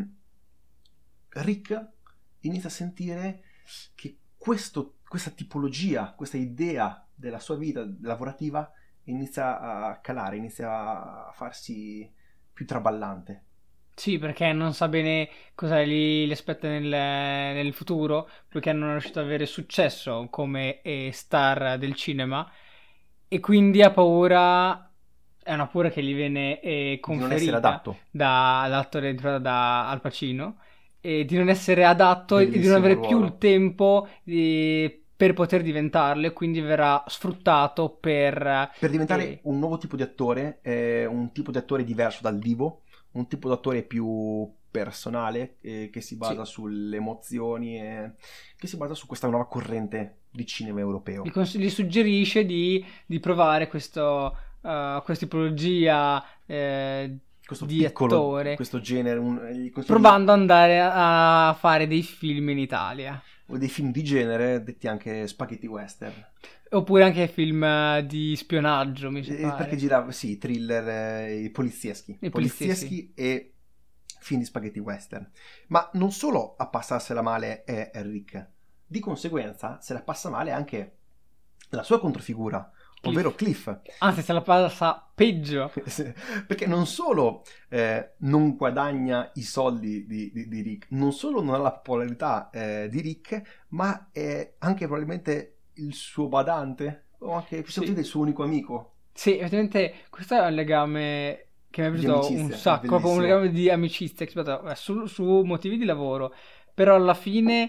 Rick inizia a sentire che questa tipologia, questa idea della sua vita lavorativa inizia a calare, inizia a farsi più traballante. Sì, perché non sa bene cosa gli aspetta nel futuro, perché non è riuscito ad avere successo come star del cinema e quindi ha paura, è una paura che gli viene Di non essere conferita adatto. dall'attore interpretato da Al Pacino, e di non essere adatto e di non Bellissimo avere più il ruolo. tempo per poter diventarlo, e quindi verrà sfruttato Per diventare eh, un nuovo tipo di attore, un tipo di attore diverso dal divo, un tipo di attore più personale, che si basa sì. sulle emozioni e che si basa su questa nuova corrente di cinema Gli, europeo. gli suggerisce di provare questa tipologia Questo di piccolo, attore, questo genere, gli consigli provando ad andare a fare dei film in Italia. o dei film di genere, detti anche spaghetti western. Oppure anche film di spionaggio, mi Perché pare. girava, sì, thriller polizieschi, I polizieschi. polizieschi e film di spaghetti western. Ma non solo a passarsela male è Rick, di conseguenza se la passa male anche la sua controfigura, ovvero Cliff. Cliff. Anzi, se la passa peggio. Perché non solo non guadagna i soldi di Rick, non solo non ha la popolarità di Rick, ma è anche probabilmente il suo badante, o anche Sì. il suo unico amico. Sì, effettivamente questo è un legame che mi è Di piaciuto un amicizia, è sacco, proprio un bellissimo. legame di amicizia che si basa su motivi di lavoro, però alla fine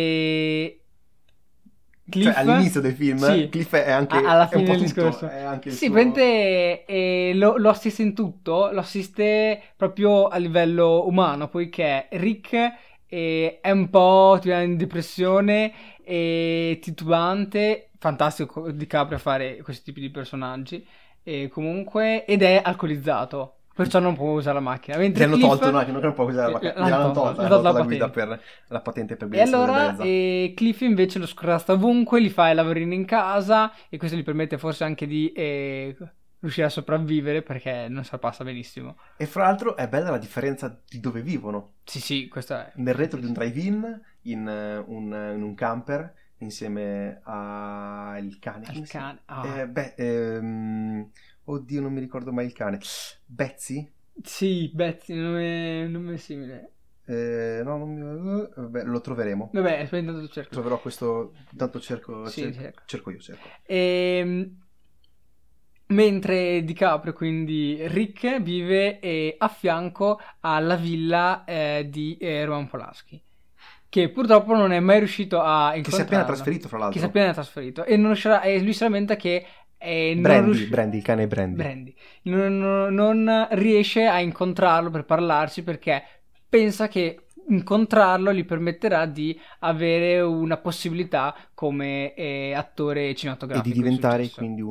Cioè, Cliff, all'inizio del film, sì, Cliff è anche, alla è un fine po' del tutto, discorso, è anche il sì, suo... praticamente lo assiste in tutto, lo assiste proprio a livello umano, poiché Rick è un po' in depressione e titubante, fantastico DiCaprio a fare questi tipi di personaggi, e comunque, ed è alcolizzato. Perciò non può usare la macchina. Gli Mentre hanno Cliff tolto, no, che non può usare gliel'hanno tolta, gli ha l'hanno dato tolta la la guida patente. per la patente per E bellezza della allora Brezza. Cliff invece lo scrasta ovunque, gli fa i lavorini in casa e questo gli permette forse anche di riuscire a sopravvivere perché non se la passa benissimo. E fra l'altro è bella la differenza di dove vivono. Sì, sì, questo è. Nel retro di un drive-in, in un camper, insieme al cane. Al Come si chiama? cane. Ah. Oddio, non mi ricordo mai il cane. Betsy? Sì, Betsy, nome simile. No, non mi... Vabbè, lo troveremo. Vabbè, aspetta, intanto cerco. Troverò questo. Intanto cerco. Sì, Cerco io, cerco. Mentre DiCaprio, quindi Rick, vive a fianco alla villa di Roman Polanski. che purtroppo non è mai riuscito a Che si è appena incontrarlo. trasferito, fra l'altro. Che si è appena trasferito. E, non riuscirà, e lui si lamenta che non Brandy, il cane Brandy. Brandy. Non riesce a incontrarlo per parlarci perché pensa che incontrarlo gli permetterà di avere una possibilità come attore E cinematografico di di diventare successo. quindi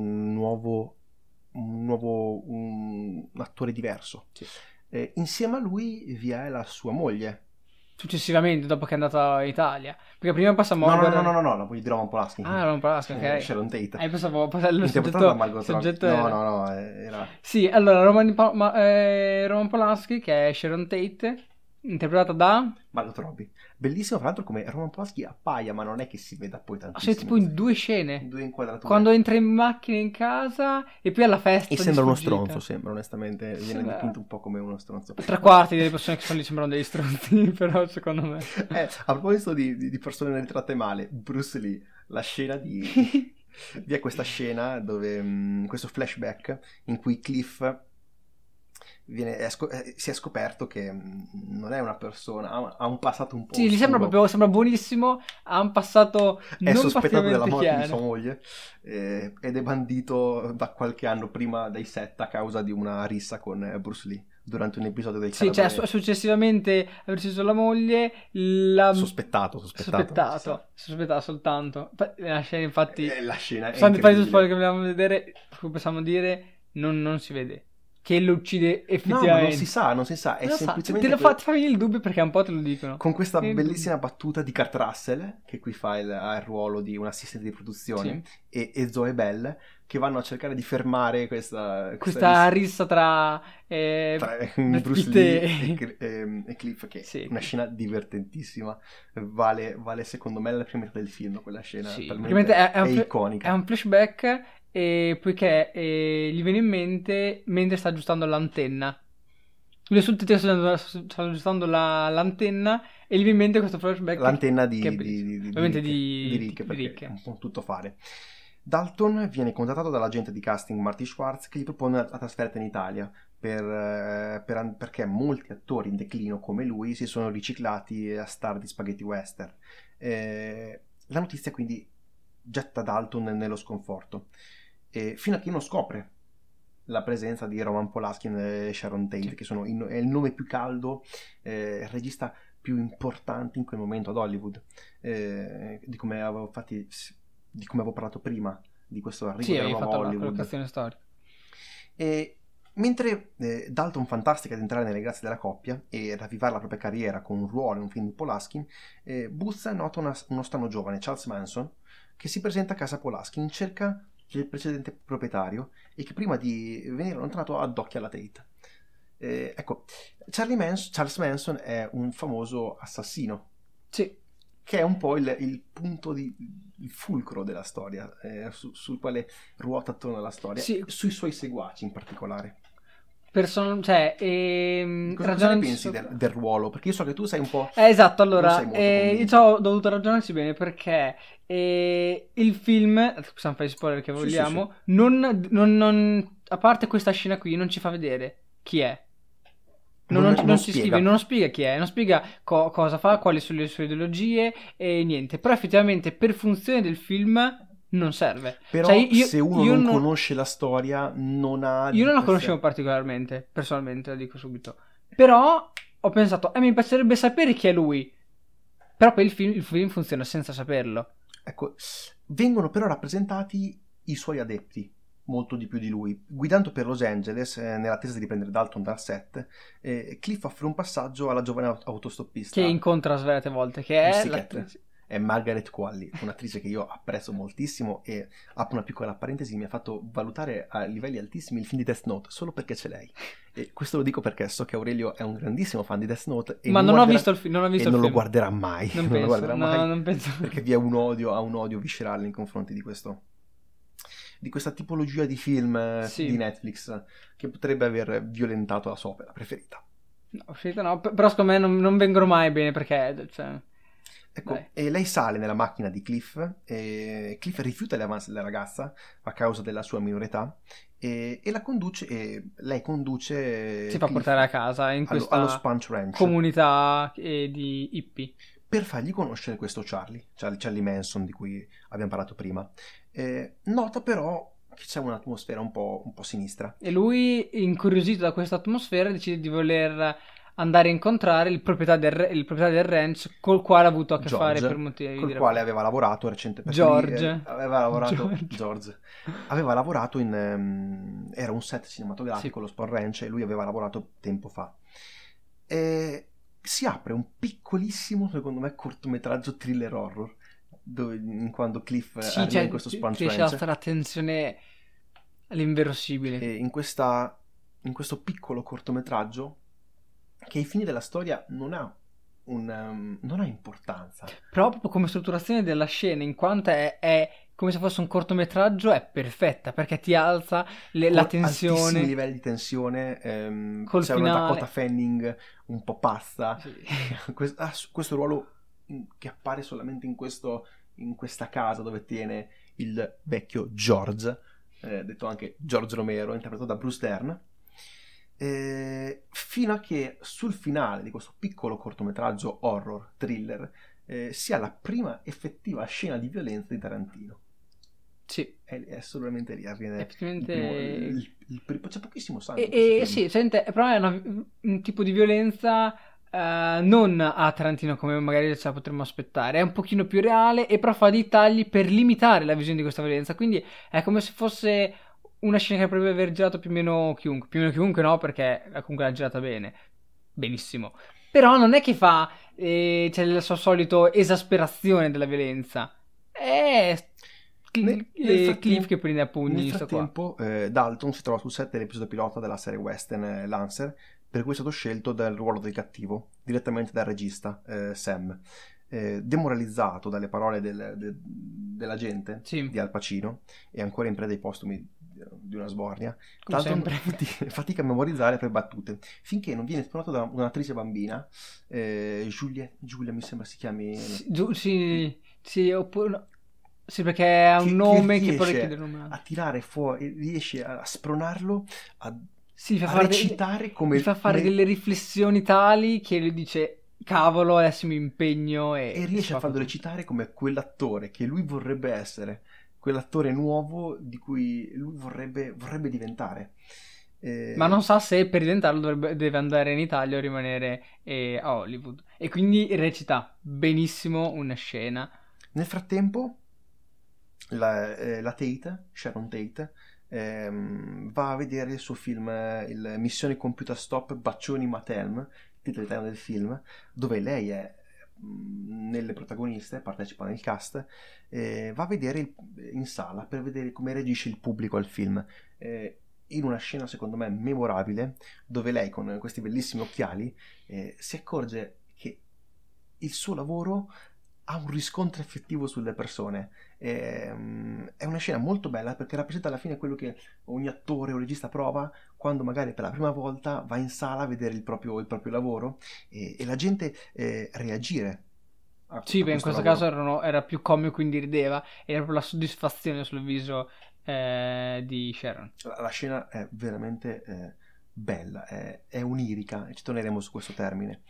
un attore diverso. Sì. Insieme a lui vi è la sua moglie. Successivamente, dopo che è andato in Italia. Perché prima passiamo a guardare... No, la moglie di Roman Polanski. Ah, Roman Polanski, ok. Sharon Tate. Pensavo lo Interpretata da Margot soggetto Robbie. era... No, era... Sì, allora, Roman Polanski, che è Sharon Tate, interpretata da... Margot Robbie. Bellissimo, fra l'altro, come Roman Polanski appaia, ma non è che si veda poi C'è tantissimo. tipo in 2 scene. 2 inquadrature. Quando entra in macchina in casa e poi alla festa E di sembra uno sfuggita. stronzo, sembra, onestamente. Viene Sembra- dipinto un po' come uno stronzo. 3/4 delle persone che sono lì sembrano degli stronzi, però secondo me... A proposito di persone ritratte male, Bruce Lee, la scena di... Vi è questa scena dove, questo flashback in cui Cliff si è scoperto che non è una persona, ha un passato un po' Sì, gli sembra oscuro. sembra buonissimo, ha un passato È non sospettato della particolarmente morte di sua chiaro. moglie ed è bandito da qualche anno prima dai set a causa di una rissa con Bruce Lee durante un episodio del Sì, cioè Calabrese. successivamente aver ucciso la moglie, l'ha Sospettato. sospettato soltanto. La scena, infatti, La scena è sono i incredibile. spoiler che vogliamo vedere, come possiamo dire, non si vede che lo uccide No, effettivamente. ma non si sa, è Non lo sa. semplicemente Ti fa venire il dubbio perché un po' te lo dicono. con questa Il bellissima battuta di Kurt Russell, che qui ha il ruolo di un assistente di produzione, e Zoe Bell, che vanno a cercare di fermare questa rissa tra Brad Bruce Pitt Lee e Cliff, che Sì, è una scena divertentissima. Vale secondo me la prima metà del film, quella scena. Sì, Talmente praticamente è iconica. È un flashback poiché gli viene in mente mentre sta aggiustando l'antenna. Lui sul tetto sta aggiustando l'antenna e gli viene in mente questo flashback. L'antenna ovviamente di Rick, perché è un tutto fare. Dalton viene contattato dall'agente di casting Marty Schwartz, che gli propone la trasferta in Italia perché molti attori in declino come lui si sono riciclati a star di spaghetti western. La notizia quindi getta Dalton nello sconforto, fino a che non scopre la presenza di Roman Polanski e Sharon Tate, che è il nome più caldo, il regista più importante in quel momento ad Hollywood, di come avevo parlato prima di questo arrivo della nuova Hollywood. La collocazione storica. E mentre Dalton fantastica di entrare nelle grazie della coppia e ravvivare la propria carriera con un ruolo in un film di Polanski, Booth nota uno strano giovane, Charles Manson, che si presenta a casa Polanski in cerca del precedente proprietario e che prima di venire allontanato addocchia la Tate. Ecco, Charles Manson è un famoso assassino. Sì. Che è un po' il punto il fulcro della storia, sul quale ruota attorno alla storia, sì. Sui suoi seguaci in particolare. Cosa ne pensi del ruolo? Perché io so che tu sei un po'... esatto, allora, io ci ho dovuto ragionarci bene perché il film, possiamo fare spoiler che vogliamo, sì. Non, a parte questa scena qui, non ci fa vedere chi è. Non si scrive, non spiega chi è, non spiega cosa fa, quali sono le sue ideologie e niente. Però effettivamente per funzione del film non serve. Però se uno non conosce la storia non ha... Io non la conoscevo particolarmente, personalmente, lo dico subito. Però ho pensato, mi piacerebbe sapere chi è lui. Però poi il film funziona senza saperlo. Ecco, vengono però rappresentati i suoi adepti, molto di più di lui. Guidando per Los Angeles, nell'attesa di prendere Dalton dal set, Cliff offre un passaggio alla giovane autostoppista. Che incontra svariate volte, che è Margaret Qualley, un'attrice che io apprezzo moltissimo e, apro una piccola parentesi, mi ha fatto valutare a livelli altissimi il film di Death Note solo perché c'è lei. E questo lo dico perché so che Aurelio è un grandissimo fan di Death Note e ma non ho visto il film, e non lo guarderà mai. Non penso. Perché vi ha un odio viscerale nei confronti di questa tipologia di film di Netflix che potrebbe aver violentato la sua opera preferita. No, però secondo me non vengono mai bene perché... Ecco, e lei sale nella macchina di Cliff e Cliff rifiuta le avance della ragazza a causa della sua minore età e la conduce, e lei conduce si fa portare a casa in questa allo Sponge Ranch, comunità di hippie. per fargli conoscere questo Charlie Manson di cui abbiamo parlato prima. Nota però che c'è un'atmosfera un po' sinistra. E lui, incuriosito da questa atmosfera, decide di voler andare a incontrare il proprietario del ranch col quale ha avuto a che fare per motivi col di quale lavoro. aveva lavorato recentemente. George. George. Aveva lavorato era un set cinematografico, Sì. lo Sport Ranch, e lui aveva lavorato tempo fa. E si apre un piccolissimo, secondo me, cortometraggio thriller horror, quando Cliff Sì, arriva cioè, in questo Sport riesce a Ranch. stare attenzione all'inverosimile. E in questo piccolo cortometraggio, che ai fini della storia non ha importanza. Però proprio come strutturazione della scena, in quanto è come se fosse un cortometraggio, è perfetta, perché ti alza la tensione. Altissimi livelli di tensione, Col c'è finale. una Dakota Fanning un po' pazza, Sì. questo ruolo che appare solamente in questa casa dove tiene il vecchio George, detto anche George Romero, interpretato da Bruce Dern. Fino a che sul finale di questo piccolo cortometraggio horror thriller si ha la prima effettiva scena di violenza di Tarantino. Sì. È solamente lì avviene Effettivamente c'è pochissimo sangue in questo film. sì, sente, però è un tipo di violenza non a Tarantino come magari ce la potremmo aspettare, è un pochino più reale e però fa dei tagli per limitare la visione di questa violenza, quindi è come se fosse una scena che potrebbe aver girato più o meno chiunque no, perché comunque l'ha girata benissimo, però non è che c'è il suo solito esasperazione della violenza, è Cliff che prende a pugni. Nel frattempo Dalton si trova sul set dell'episodio pilota della serie western Lancer, per cui è stato scelto del ruolo del cattivo direttamente dal regista Sam. Demoralizzato dalle parole dell'agente Sì. di Al Pacino e ancora in preda ai postumi di una sbornia, Come Dalton fatica a memorizzare le proprie battute finché non viene sprontato da un'attrice bambina, Giulia mi sembra si chiami. Sì, oppure no. Sì, perché ha un nome che poi richiede il nome. A tirare fuori, riesce a spronarlo a recitare come fa fare delle riflessioni tali che lui dice cavolo, adesso mi impegno e riesce a farlo recitare come quell'attore che lui vorrebbe essere, quell'attore nuovo di cui lui vorrebbe diventare. Ma non sa se per diventarlo deve andare in Italia o rimanere a Hollywood. E quindi recita benissimo una scena. Nel frattempo la Sharon Tate, va a vedere il suo film, il Missione Computer Stop Bacioni Materm, il titolo italiano del film, dove lei è nelle protagoniste, partecipa nel cast, va a vedere in sala per vedere come reagisce il pubblico al film, in una scena secondo me memorabile, dove lei con questi bellissimi occhiali si accorge che il suo lavoro ha un riscontro effettivo sulle persone. È una scena molto bella perché rappresenta alla fine quello che ogni attore o regista prova quando magari per la prima volta va in sala a vedere il proprio lavoro e la gente reagire. Sì, beh, in questo caso era più comico, quindi rideva, era proprio la soddisfazione sul viso di Sharon. La scena è veramente bella, è onirica, e ci torneremo su questo termine.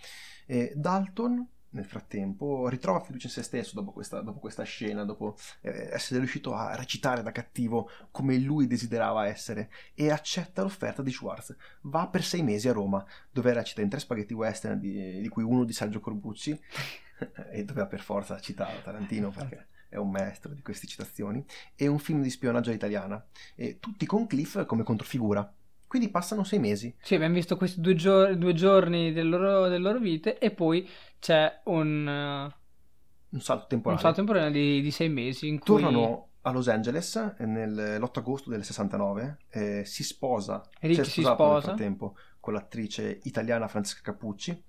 Dalton nel frattempo ritrova fiducia in se stesso dopo questa scena, dopo essere riuscito a recitare da cattivo come lui desiderava essere, e accetta l'offerta di Schwartz. Va per 6 mesi a Roma, dove recita in 3 spaghetti western, di cui uno di Sergio Corbucci e doveva per forza citare Tarantino perché è un maestro di queste citazioni, e un film di spionaggio italiana, e tutti con Cliff come controfigura. Quindi passano 6 mesi. Sì, abbiamo visto questi 2 giorni delle loro vite e poi c'è un salto temporale. Un salto temporale di 6 mesi in cui tornano a Los Angeles l'8 agosto del 69. Si sposa. Rick si sposa nel frattempo con l'attrice italiana Francesca Cappucci,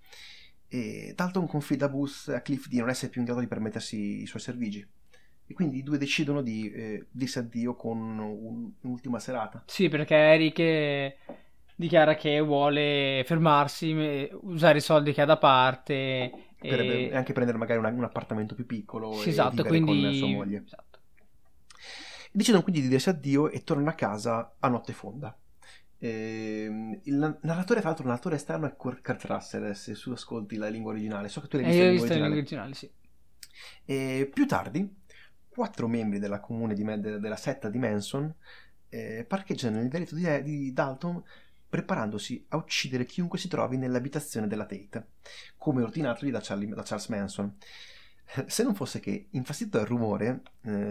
e Dalton confida a Cliff di non essere più in grado di permettersi i suoi servigi. E quindi i due decidono di dirsi addio con un'ultima serata. Sì, perché Eric dichiara che vuole fermarsi, usare i soldi che ha da parte e anche prendere magari un appartamento più piccolo, sì, e esatto, vivere quindi con sua moglie. Esatto. Decidono quindi di dirsi addio e tornano a casa a notte fonda. Il narratore, tra l'altro, il narratore esterno è Kurt Russell, se tu ascolti la lingua originale. So che tu l'hai visto Io in l'ho lingua visto in originale. lingua originale, sì. E più tardi, 4 membri della comune della setta di Manson parcheggiano nel vialetto di Dalton, preparandosi a uccidere chiunque si trovi nell'abitazione della Tate, come ordinatogli da Charles Manson. Se non fosse che, infastidito dal rumore,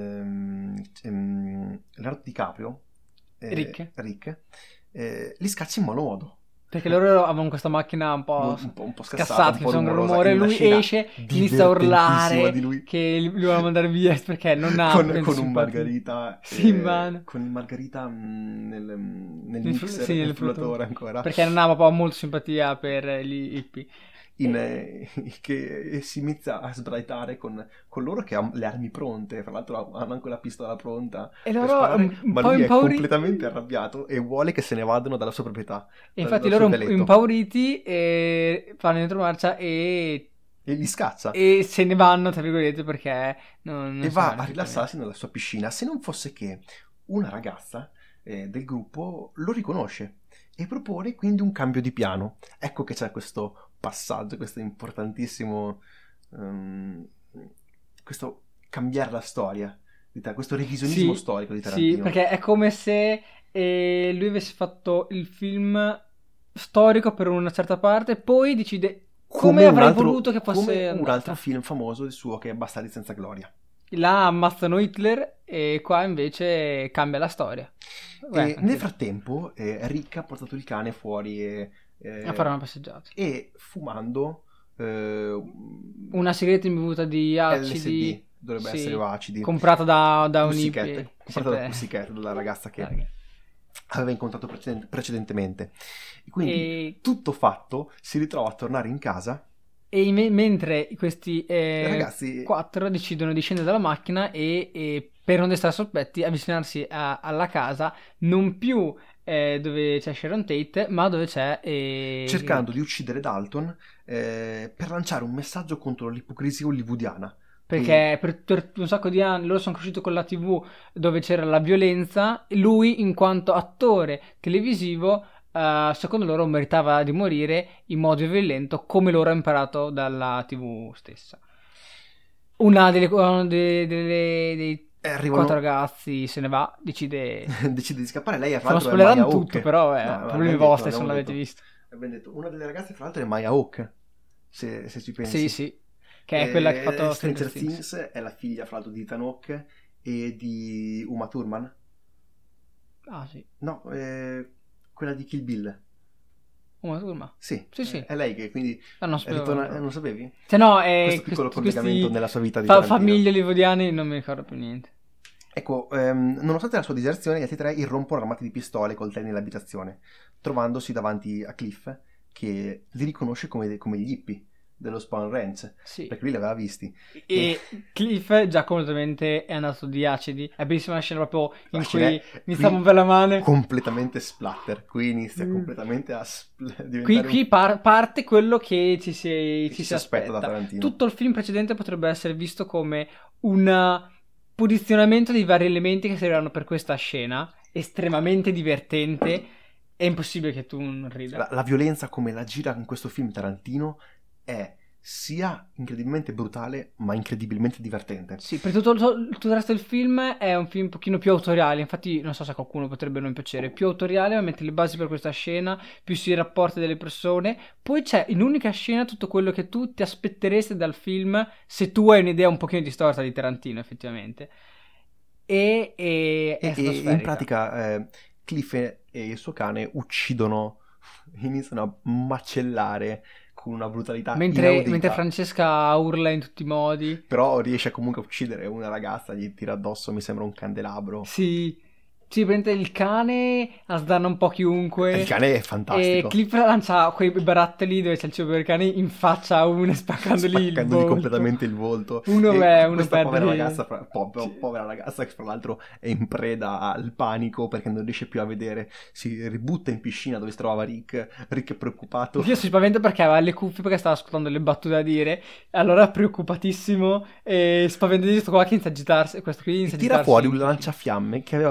Leonardo DiCaprio, Rick, li scaccia in malo modo. perché loro avevano questa macchina un po' scassata, che fa un rumore, lui esce, inizia a urlare di lui. che li volevano mandare via perché non ha con un margarita in mano. Con il margarita nel mixer, sì, nel frullatore ancora, perché non ha proprio molta simpatia per gli hippie. che si inizia a sbraitare con loro che hanno le armi pronte, fra l'altro hanno anche la pistola pronta e per loro sparare, ma lui è completamente arrabbiato e vuole che se ne vadano dalla sua proprietà, e infatti loro impauriti fanno dentro marcia e li scaccia e se ne vanno, tra virgolette, perché non va a rilassarsi nella sua piscina, se non fosse che una ragazza del gruppo lo riconosce e propone quindi un cambio di piano. Ecco che c'è questo passaggio, questo importantissimo questo cambiare la storia, questo revisionismo storico di Tarantino. Sì, perché è come se lui avesse fatto il film storico per una certa parte, poi decide come avrei voluto che fosse come andata. Un altro film famoso del suo che è Bastardi senza gloria. Là ammazzano Hitler e qua invece cambia la storia. Nel frattempo Rick ha portato il cane fuori a fare una passeggiata e fumando una sigaretta imbevuta di acidi, LSD, dovrebbe essere acidi, comprata da un hippie, comprata da Pussycat, dalla ragazza che aveva incontrato precedentemente. E quindi tutto fatto, si ritrova a tornare in casa. E mentre questi ragazzi 4 decidono di scendere dalla macchina e per non destare sospetti avvicinarsi alla casa, non più dove c'è Sharon Tate, ma dove c'è cercando di uccidere Dalton per lanciare un messaggio contro l'ipocrisia hollywoodiana. Perché per un sacco di anni loro sono cresciuti con la TV dove c'era la violenza, e lui in quanto attore televisivo secondo loro meritava di morire in modo violento, come loro ha imparato dalla TV stessa. Una dei 4 ragazzi se ne va, decide di scappare. Lei fra l'altro è Maya Hawke. Tutto, però problemi vostri se non l'avete visto. Abbiamo detto, una delle ragazze fra l'altro è Maya Hawke, se ci pensi. Sì, che è quella che ha fatto Stranger Things. È la figlia fra l'altro di Ethan Hawke e di Uma Thurman. Ah sì. No, quella di Kill Bill. Uma Thurman? Sì. Sì. È lei che quindi non sapevi? Cioè no, questo piccolo collegamento nella sua vita di famiglie hollywoodiane, non mi ricordo più niente. Ecco, nonostante la sua diserzione, gli altri 3 irrompono armati di pistole e coltelli nell'abitazione, trovandosi davanti a Cliff, che li riconosce come gli hippie dello Spawn Ranch, perché lui li aveva visti. E Cliff già completamente è andato di acidi. È bellissima la scena proprio in cui inizia a muovere la mano. Completamente splatter. Qui inizia completamente a diventare... Qui parte quello che ci si aspetta da Tarantino. Tutto il film precedente potrebbe essere visto come un posizionamento dei vari elementi che serviranno per questa scena, estremamente divertente. È impossibile che tu non rida. La violenza come la gira in questo film Tarantino è sia incredibilmente brutale ma incredibilmente divertente. Sì, perché tutto il resto del film è un film un pochino più autoriale, infatti non so se a qualcuno potrebbe non piacere, più autoriale, ma mette le basi per questa scena, più si rapporta delle persone, poi c'è in un'unica scena tutto quello che tu ti aspetteresti dal film se tu hai un'idea un pochino distorta di Tarantino effettivamente. E in pratica Cliff e il suo cane iniziano a macellare con una brutalità inaudita. Mentre Francesca urla in tutti i modi. Però riesce comunque a uccidere una ragazza, gli tira addosso, mi sembra un candelabro. Sì, prende il cane, sdanna un po' chiunque. Il cane è fantastico. E Cliff lancia quei barattoli dove c'è il cibo per il cane in faccia a uno, spaccandogli il volto. Completamente il volto. Uno questa povera ragazza che fra l'altro è in preda al panico perché non riesce più a vedere, si ributta in piscina dove si trovava Rick è preoccupato. Io si spaventa perché aveva le cuffie, perché stava ascoltando le battute da dire, allora preoccupatissimo e spaventati, questo qua che inizia a agitarsi, questo qui inizia a tira fuori un lanciafiamme che aveva precedentemente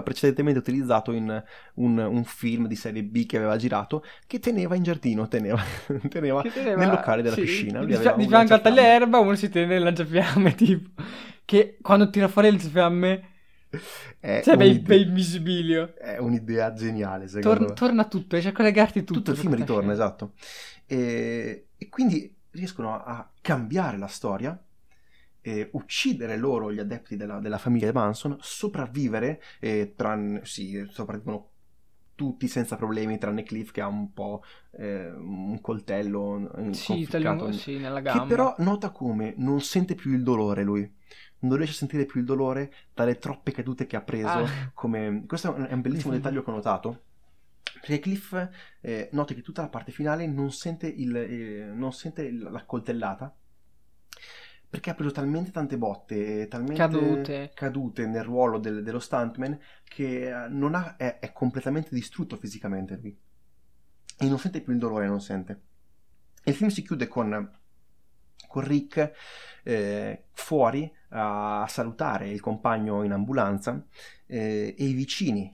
recentemente utilizzato in un film di serie B che aveva girato, che teneva in giardino, teneva nel locale della sì, piscina. Lui di, aveva di un fianco al lanciafiamme. tagliaerba uno si tiene il lanciafiamme, tipo, che quando tira fuori il lanciafiamme È c'è un'idea, bei visibilio. è un'idea geniale, secondo me. Torna tutto, riesce a collegarti Tutto tutto il su film questa ritorna, scena. esatto. E quindi riescono a cambiare la storia, uccidere loro gli adepti della famiglia Manson, sopravvivere, sopravvivono tutti senza problemi, tranne Cliff che ha un po' un coltello Sì, conficcato, sì, nella che gamba. però nota come non sente più il dolore lui. Non riesce a sentire più il dolore dalle troppe cadute che ha preso. Ah, Questo è un bellissimo dettaglio che ho notato. Perché Cliff noti che tutta la parte finale non sente, la coltellata, perché ha preso talmente tante botte, talmente cadute. cadute nel ruolo dello stuntman, che è completamente distrutto fisicamente lui. E non sente più il dolore, non sente. E il film si chiude con Rick fuori a salutare il compagno in ambulanza, e i vicini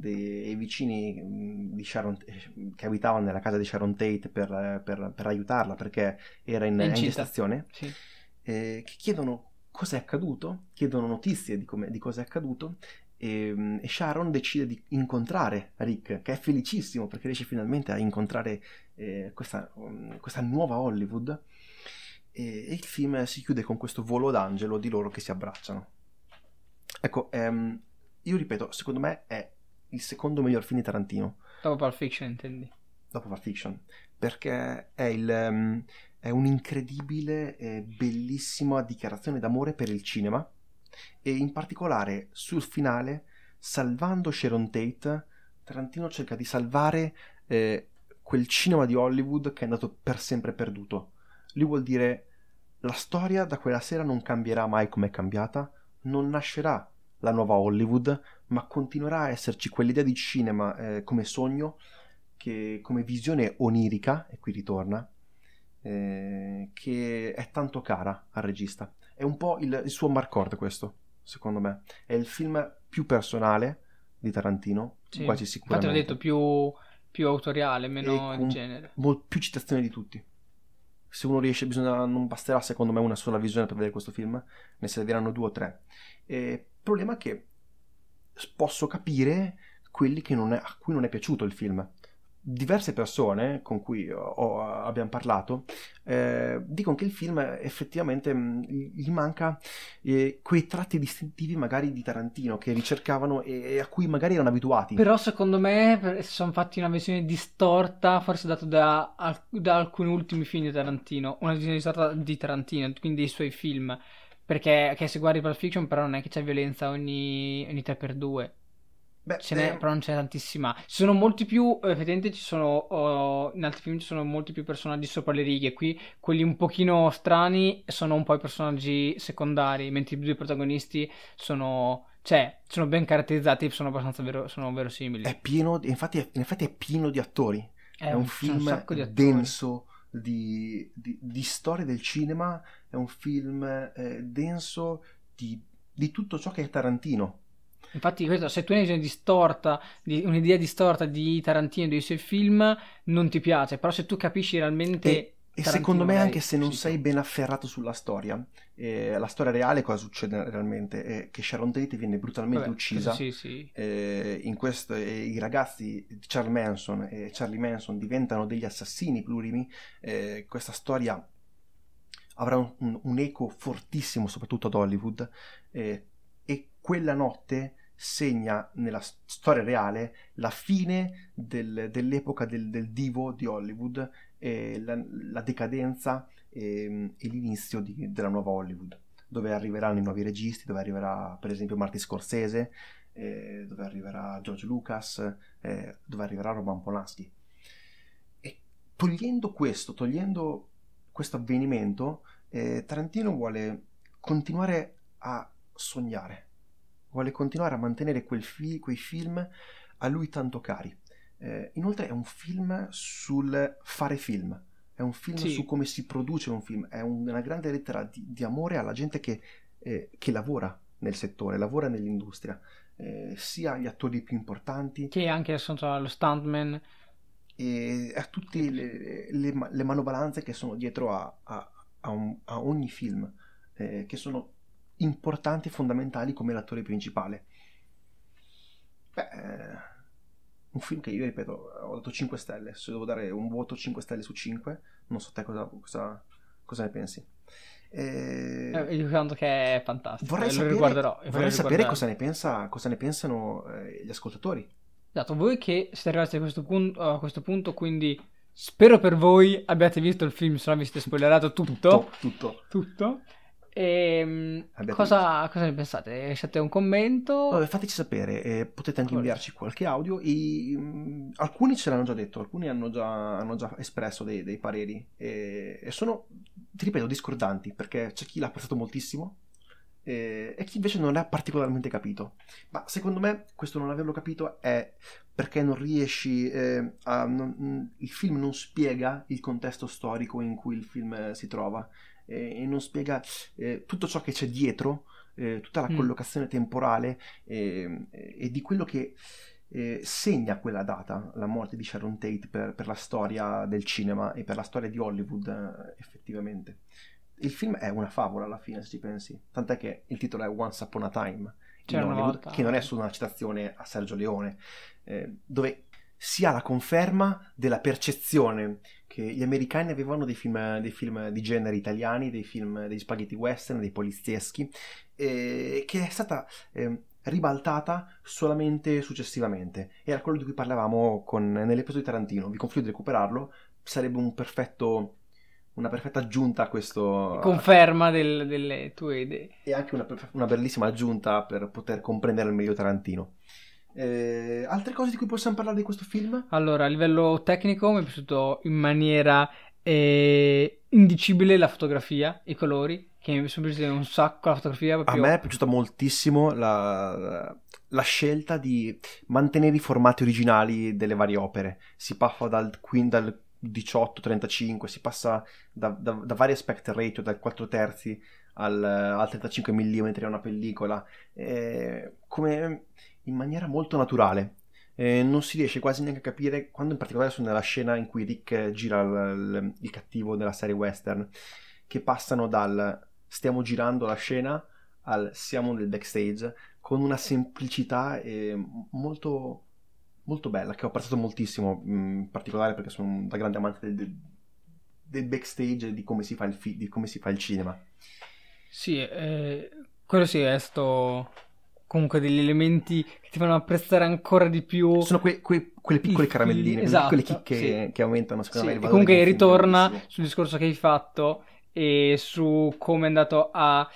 di Sharon, che abitavano nella casa di Sharon Tate per aiutarla perché era È in incinta. gestazione, Sì. che chiedono cosa è accaduto, chiedono notizie di cosa è accaduto, e Sharon decide di incontrare Rick, che è felicissimo perché riesce finalmente a incontrare questa nuova Hollywood, e il film si chiude con questo volo d'angelo di loro che si abbracciano. Ecco, io ripeto, secondo me è il secondo miglior film di Tarantino, Dopo Pulp Fiction, intendi? dopo Pulp Fiction, perché è un'incredibile e bellissima dichiarazione d'amore per il cinema, e in particolare sul finale, salvando Sharon Tate, Tarantino cerca di salvare quel cinema di Hollywood che è andato per sempre perduto. Lui vuol dire: la storia da quella sera non cambierà mai come è cambiata, non nascerà la nuova Hollywood, ma continuerà a esserci quell'idea di cinema come sogno, come visione onirica, e qui ritorna, che è tanto cara al regista. È un po' il suo marcord questo, secondo me. È il film più personale di Tarantino, Sì. quasi Infatti l'ho detto sicuramente. più autoriale, E meno di con genere. più citazioni di tutti. Se uno riesce, non basterà secondo me una sola visione per vedere questo film, ne serviranno 2 o 3. Il problema è che posso capire quelli a cui non è piaciuto il film. Diverse persone con cui abbiamo parlato dicono che il film effettivamente gli manca quei tratti distintivi magari di Tarantino che ricercavano e a cui magari erano abituati. Però secondo me sono fatti una visione distorta, forse dato da alcuni ultimi film di Tarantino, una visione distorta di Tarantino, quindi dei suoi film, perché che se guardi Pulp Fiction però non è che c'è violenza ogni 3x2. Beh, Ce n'è, però non c'è tantissima. Ci sono molti più, effettivamente in altri film ci sono molti più personaggi sopra le righe. Qui quelli un pochino strani sono un po' i personaggi secondari, mentre i due protagonisti sono ben caratterizzati, sono abbastanza sono verosimili. è pieno, in effetti è pieno di attori. È un C'è un film sacco di attori. denso di storia del cinema, è un film denso di tutto ciò che è Tarantino. Infatti, questo, se tu hai un'idea distorta di Tarantino e dei suoi film, non ti piace. Però se tu capisci realmente E Tarantino, secondo me, magari anche se non ci sei ben afferrato sulla storia, la storia reale, cosa succede realmente? È che Sharon Tate viene brutalmente Vabbè, uccisa. questo sì. I ragazzi di Charlie Manson diventano degli assassini plurimi. Questa storia avrà un eco fortissimo, soprattutto ad Hollywood, e quella notte segna nella storia reale la fine dell'epoca del divo di Hollywood, la decadenza e l'inizio della nuova Hollywood, dove arriveranno i nuovi registi, dove arriverà per esempio Martin Scorsese, dove arriverà George Lucas, dove arriverà Roman Polanski. E togliendo questo avvenimento, Tarantino vuole continuare a sognare, vuole continuare a mantenere quei film a lui tanto cari. Inoltre è un film sul fare film, è un film su come si produce un film, è una grande lettera di amore alla gente che lavora nel settore, lavora nell'industria. sia agli attori più importanti Che anche lo stuntman. e a tutte le manovalanze che sono dietro a ogni film, che sono importanti e fondamentali come l'attore principale. Beh, un film che io, ripeto, ho dato 5 stelle. Se devo dare un voto 5 stelle su 5, non so te cosa ne pensi. Io credo che è fantastico. Vorrei Lo riguarderò. vorrei sapere cosa ne pensano gli ascoltatori. Esatto, voi che siete arrivati a questo punto, quindi spero per voi abbiate visto il film, se no vi siete spoilerato tutto. Tutto. E cosa ne pensate? Lasciate un commento. Vabbè, fateci sapere, potete anche inviarci qualche audio. Alcuni ce l'hanno già detto, alcuni hanno già espresso dei pareri e sono, ti ripeto, discordanti, perché c'è chi l'ha apprezzato moltissimo e chi invece non l'ha particolarmente capito. Ma secondo me questo non averlo capito è perché non riesci il film non spiega il contesto storico in cui il film si trova e non spiega tutto ciò che c'è dietro, tutta la collocazione temporale e di quello che segna quella data, la morte di Sharon Tate per la storia del cinema e per la storia di Hollywood, effettivamente. Il film è una favola alla fine, se ci pensi, tant'è che il titolo è Once Upon a Time in Hollywood, che non è solo una citazione a Sergio Leone, dove si ha la conferma della percezione che gli americani avevano dei film di genere italiani, degli spaghetti western, dei polizieschi, che è stata ribaltata solamente successivamente. Era quello di cui parlavamo nell'episodio di Tarantino. Vi consiglio di recuperarlo, sarebbe una perfetta aggiunta a questo. Conferma delle tue idee. E anche una bellissima aggiunta per poter comprendere al meglio Tarantino. Altre cose di cui possiamo parlare di questo film? Allora, a livello tecnico mi è piaciuto in maniera indicibile la fotografia, i colori, che mi sono piaciuti un sacco la fotografia. Proprio. A me è piaciuta moltissimo la scelta di mantenere i formati originali delle varie opere. Si passa dal 18-35, si passa da vari aspect ratio, dal 4/3 al 35 mm a una pellicola, come in maniera molto naturale. Non si riesce quasi neanche a capire, quando in particolare sono nella scena in cui Rick gira il cattivo della serie western, che passano dal stiamo girando la scena al siamo nel backstage, con una semplicità molto molto bella, che ho apprezzato moltissimo, in particolare perché sono da grande amante del backstage e di come si fa di come si fa il cinema. Sì, quello sì, è stato comunque degli elementi che ti fanno apprezzare ancora di più. Sono quelle piccole caramelline, esatto, quelle chicche che aumentano secondo me il valore. Comunque ritorna sul discorso che hai fatto e su come è andato a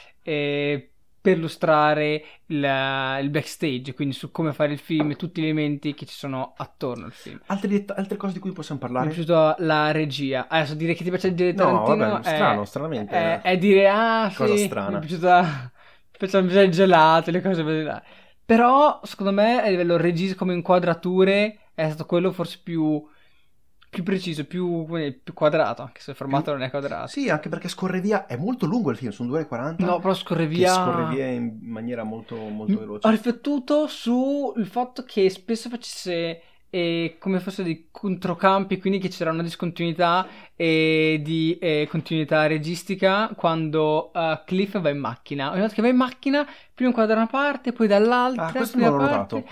perlustrare il backstage, quindi su come fare il film e tutti gli elementi che ci sono attorno al film. Altre cose di cui possiamo parlare? Mi è piaciuta la regia. Adesso dire che ti piace il direttore Tarantino, no, vabbè, stranamente è dire cosa sì, strana. mi è piaciuta il gelato, le cose così là. Però secondo me a livello regia come inquadrature è stato quello forse più preciso, più quadrato, anche se il formato non è quadrato. Sì, anche perché scorre via, è molto lungo il film, sono 2 ore e 40. No, però scorre via in maniera molto, molto veloce. Ho riflettuto sul fatto che spesso facesse come fosse dei controcampi, quindi che c'era una discontinuità di continuità registica quando Cliff va in macchina. Ogni volta che va in macchina, prima inquadra una parte, poi dall'altra. Questo non l'ho notato.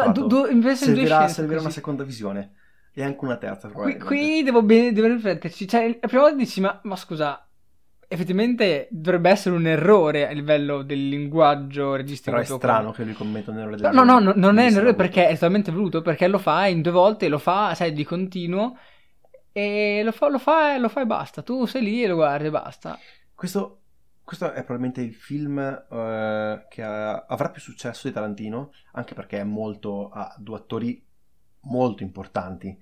Servirà una seconda visione. E anche una terza, qui devo rifletterci. Cioè, la prima volta dici, ma scusa, effettivamente dovrebbe essere un errore a livello del linguaggio registico. Però è strano che lui commetta un errore del genere. No, non è un errore perché è totalmente voluto, perché lo fa in 2 volte, lo fa, sai, di continuo, e lo fa e basta. Tu sei lì e lo guardi e basta. Questo è probabilmente il film che avrà più successo di Tarantino, anche perché ha 2 attori molto importanti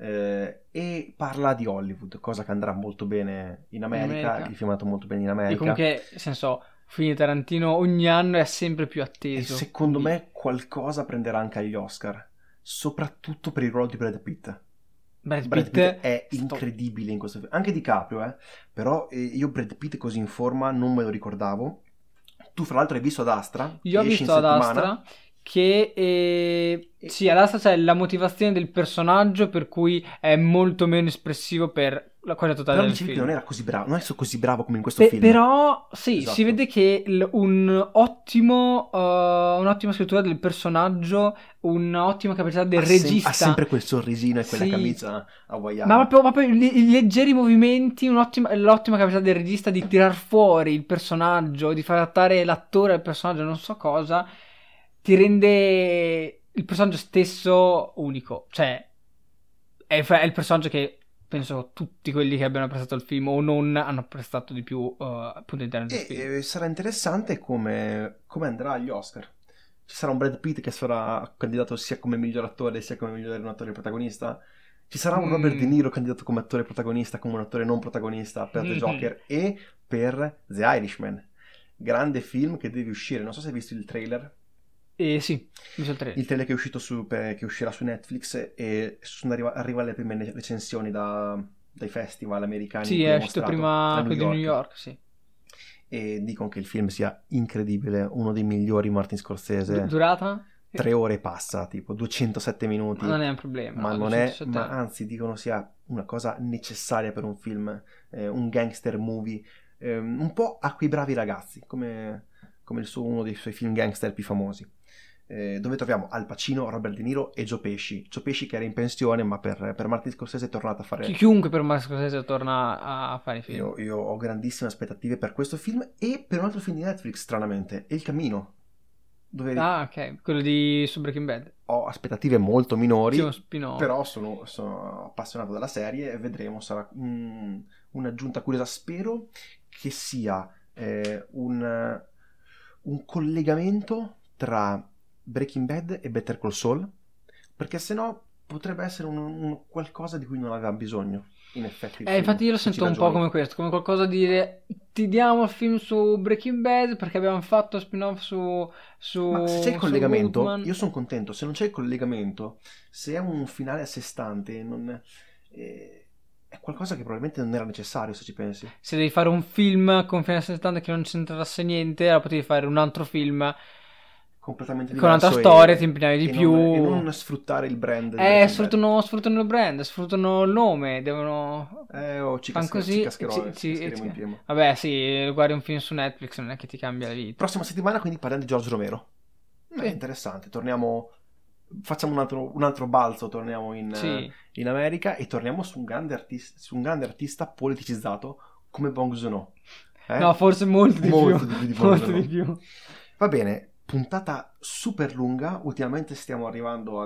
e parla di Hollywood, cosa che andrà molto bene in America. Il film è andato molto bene in America, e comunque, nel senso, film di Tarantino ogni anno è sempre più atteso, e secondo me qualcosa prenderà anche agli Oscar, soprattutto per il ruolo di Brad Pitt. Brad Pitt è incredibile in questo film, anche DiCaprio, però io Brad Pitt così in forma non me lo ricordavo. Tu fra l'altro hai visto Ad Astra? Io ho visto Ad Astra che sì, all'asta c'è la motivazione del personaggio, per cui è molto meno espressivo per la qualità totale Però del dicevi che film. non era così bravo, non è così bravo come in questo film. Però sì, Esatto. si vede che un'ottima scrittura del personaggio, un'ottima capacità del regista. Ha sempre quel sorrisino e quella Sì. camicia hawaiana. Ma proprio i leggeri movimenti, l'ottima capacità del regista di tirar fuori il personaggio, di far adattare l'attore al personaggio, non so cosa, ti rende il personaggio stesso unico. Cioè, è il personaggio che penso tutti quelli che abbiano prestato il film o non hanno prestato di più appunto all'interno del film. E sarà interessante come andrà agli Oscar. Ci sarà un Brad Pitt che sarà candidato sia come miglior attore sia come miglior attore protagonista. Ci sarà un Robert De Niro candidato come attore protagonista, come un attore non protagonista per The Joker e per The Irishman. Grande film che deve uscire. Non so se hai visto il trailer. Sì, ho visto il trailer. Il trailer che è uscito che uscirà su Netflix e arriva alle prime recensioni dai festival americani. Sì, è uscito prima quello di New York, sì. E dicono che il film sia incredibile, uno dei migliori Martin Scorsese. Durata? 3 ore passa, tipo 207 minuti. Ma non è un problema. Ma non è, ma anzi dicono sia una cosa necessaria per un film, un gangster movie, un po' a quei bravi ragazzi, come uno dei suoi film gangster più famosi. Dove troviamo Al Pacino, Robert De Niro e Joe Pesci. Joe Pesci che era in pensione, ma per Martin Scorsese è tornato a fare... Chiunque per Martin Scorsese torna a fare i film. Io ho grandissime aspettative per questo film e per un altro film di Netflix, stranamente, Il Camino. Ah, ok, quello su Breaking Bad. Ho aspettative molto minori, sì, però sono appassionato della serie e vedremo, sarà un'aggiunta curiosa. Spero che sia un collegamento tra Breaking Bad e Better Call Saul, perché sennò potrebbe essere un qualcosa di cui non aveva bisogno. In effetti, infatti io lo sento un po' come questo, come qualcosa di dire ti diamo il film su Breaking Bad perché abbiamo fatto spin-off su ma se c'è il collegamento, Wolfman. Io sono contento. Se non c'è il collegamento, se è un finale a sé stante, è qualcosa che probabilmente non era necessario, se ci pensi. Se devi fare un film con finale a sé stante che non c'entrasse niente, allora potevi fare un altro film completamente diverso, con un'altra storia, ti impegnavi di più e non sfruttare il brand. Sfruttano il brand, sfruttano il nome, devono ci cascheremo in pieno. Vabbè, sì, guardi un film su Netflix, non è che ti cambia la vita. Prossima settimana quindi parliamo di George Romero. È interessante, facciamo un altro balzo, torniamo in America e torniamo su un grande artista politicizzato come Bong Joon-ho. No, forse molto di più. Va bene, puntata super lunga. Ultimamente stiamo arrivando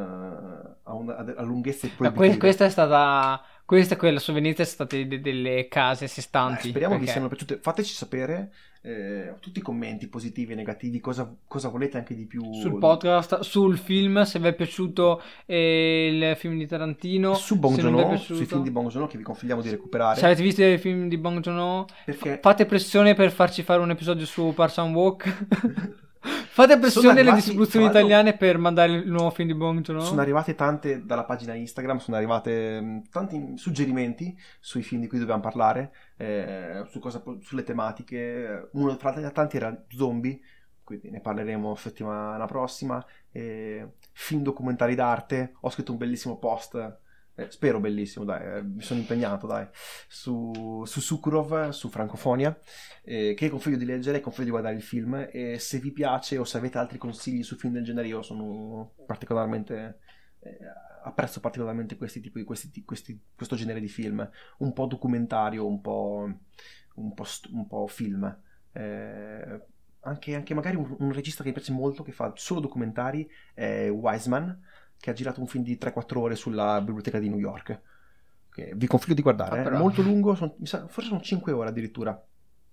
a lunghezze proibitive. Questa è quella su Venezia, sono state delle case a sé stanti. Speriamo vi siano piaciute. Fateci sapere tutti i commenti positivi e negativi, cosa volete anche di più sul podcast, sul film, se vi è piaciuto il film di Tarantino, su Bong Joon-ho, sui film di Bong Joon-ho che vi consigliamo di recuperare. Se avete visto i film di Bong Joon-ho, fate pressione per farci fare un episodio su Parks and Walk. Fate pressione alle distribuzioni italiane per mandare il nuovo film di Bong Joon-ho. Sono arrivate tante dalla pagina Instagram, sono arrivate tanti suggerimenti sui film di cui dobbiamo parlare, sulle tematiche. Uno fra tanti era zombie, quindi ne parleremo settimana prossima. Film documentari d'arte, ho scritto un bellissimo post. Spero bellissimo, dai, mi sono impegnato, dai, su Sukurov, su Francofonia, che consiglio di leggere e consiglio di guardare il film, e se vi piace o se avete altri consigli su film del genere, io sono particolarmente apprezzo particolarmente questo genere di film, un po' documentario, un po' film, anche magari un regista che mi piace molto, che fa solo documentari, è Wiseman, che ha girato un film di 3-4 ore sulla biblioteca di New York, che vi consiglio di guardare, è molto lungo, forse sono 5 ore addirittura.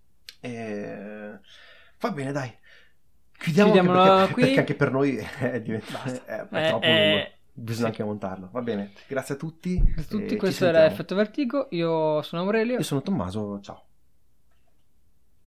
Va bene, dai, chiudiamo qui, perché anche per noi è troppo lungo, bisogna anche montarlo. Va bene, grazie a tutti. Questo era Effetto Vertigo, io sono Aurelio. Io sono Tommaso, ciao.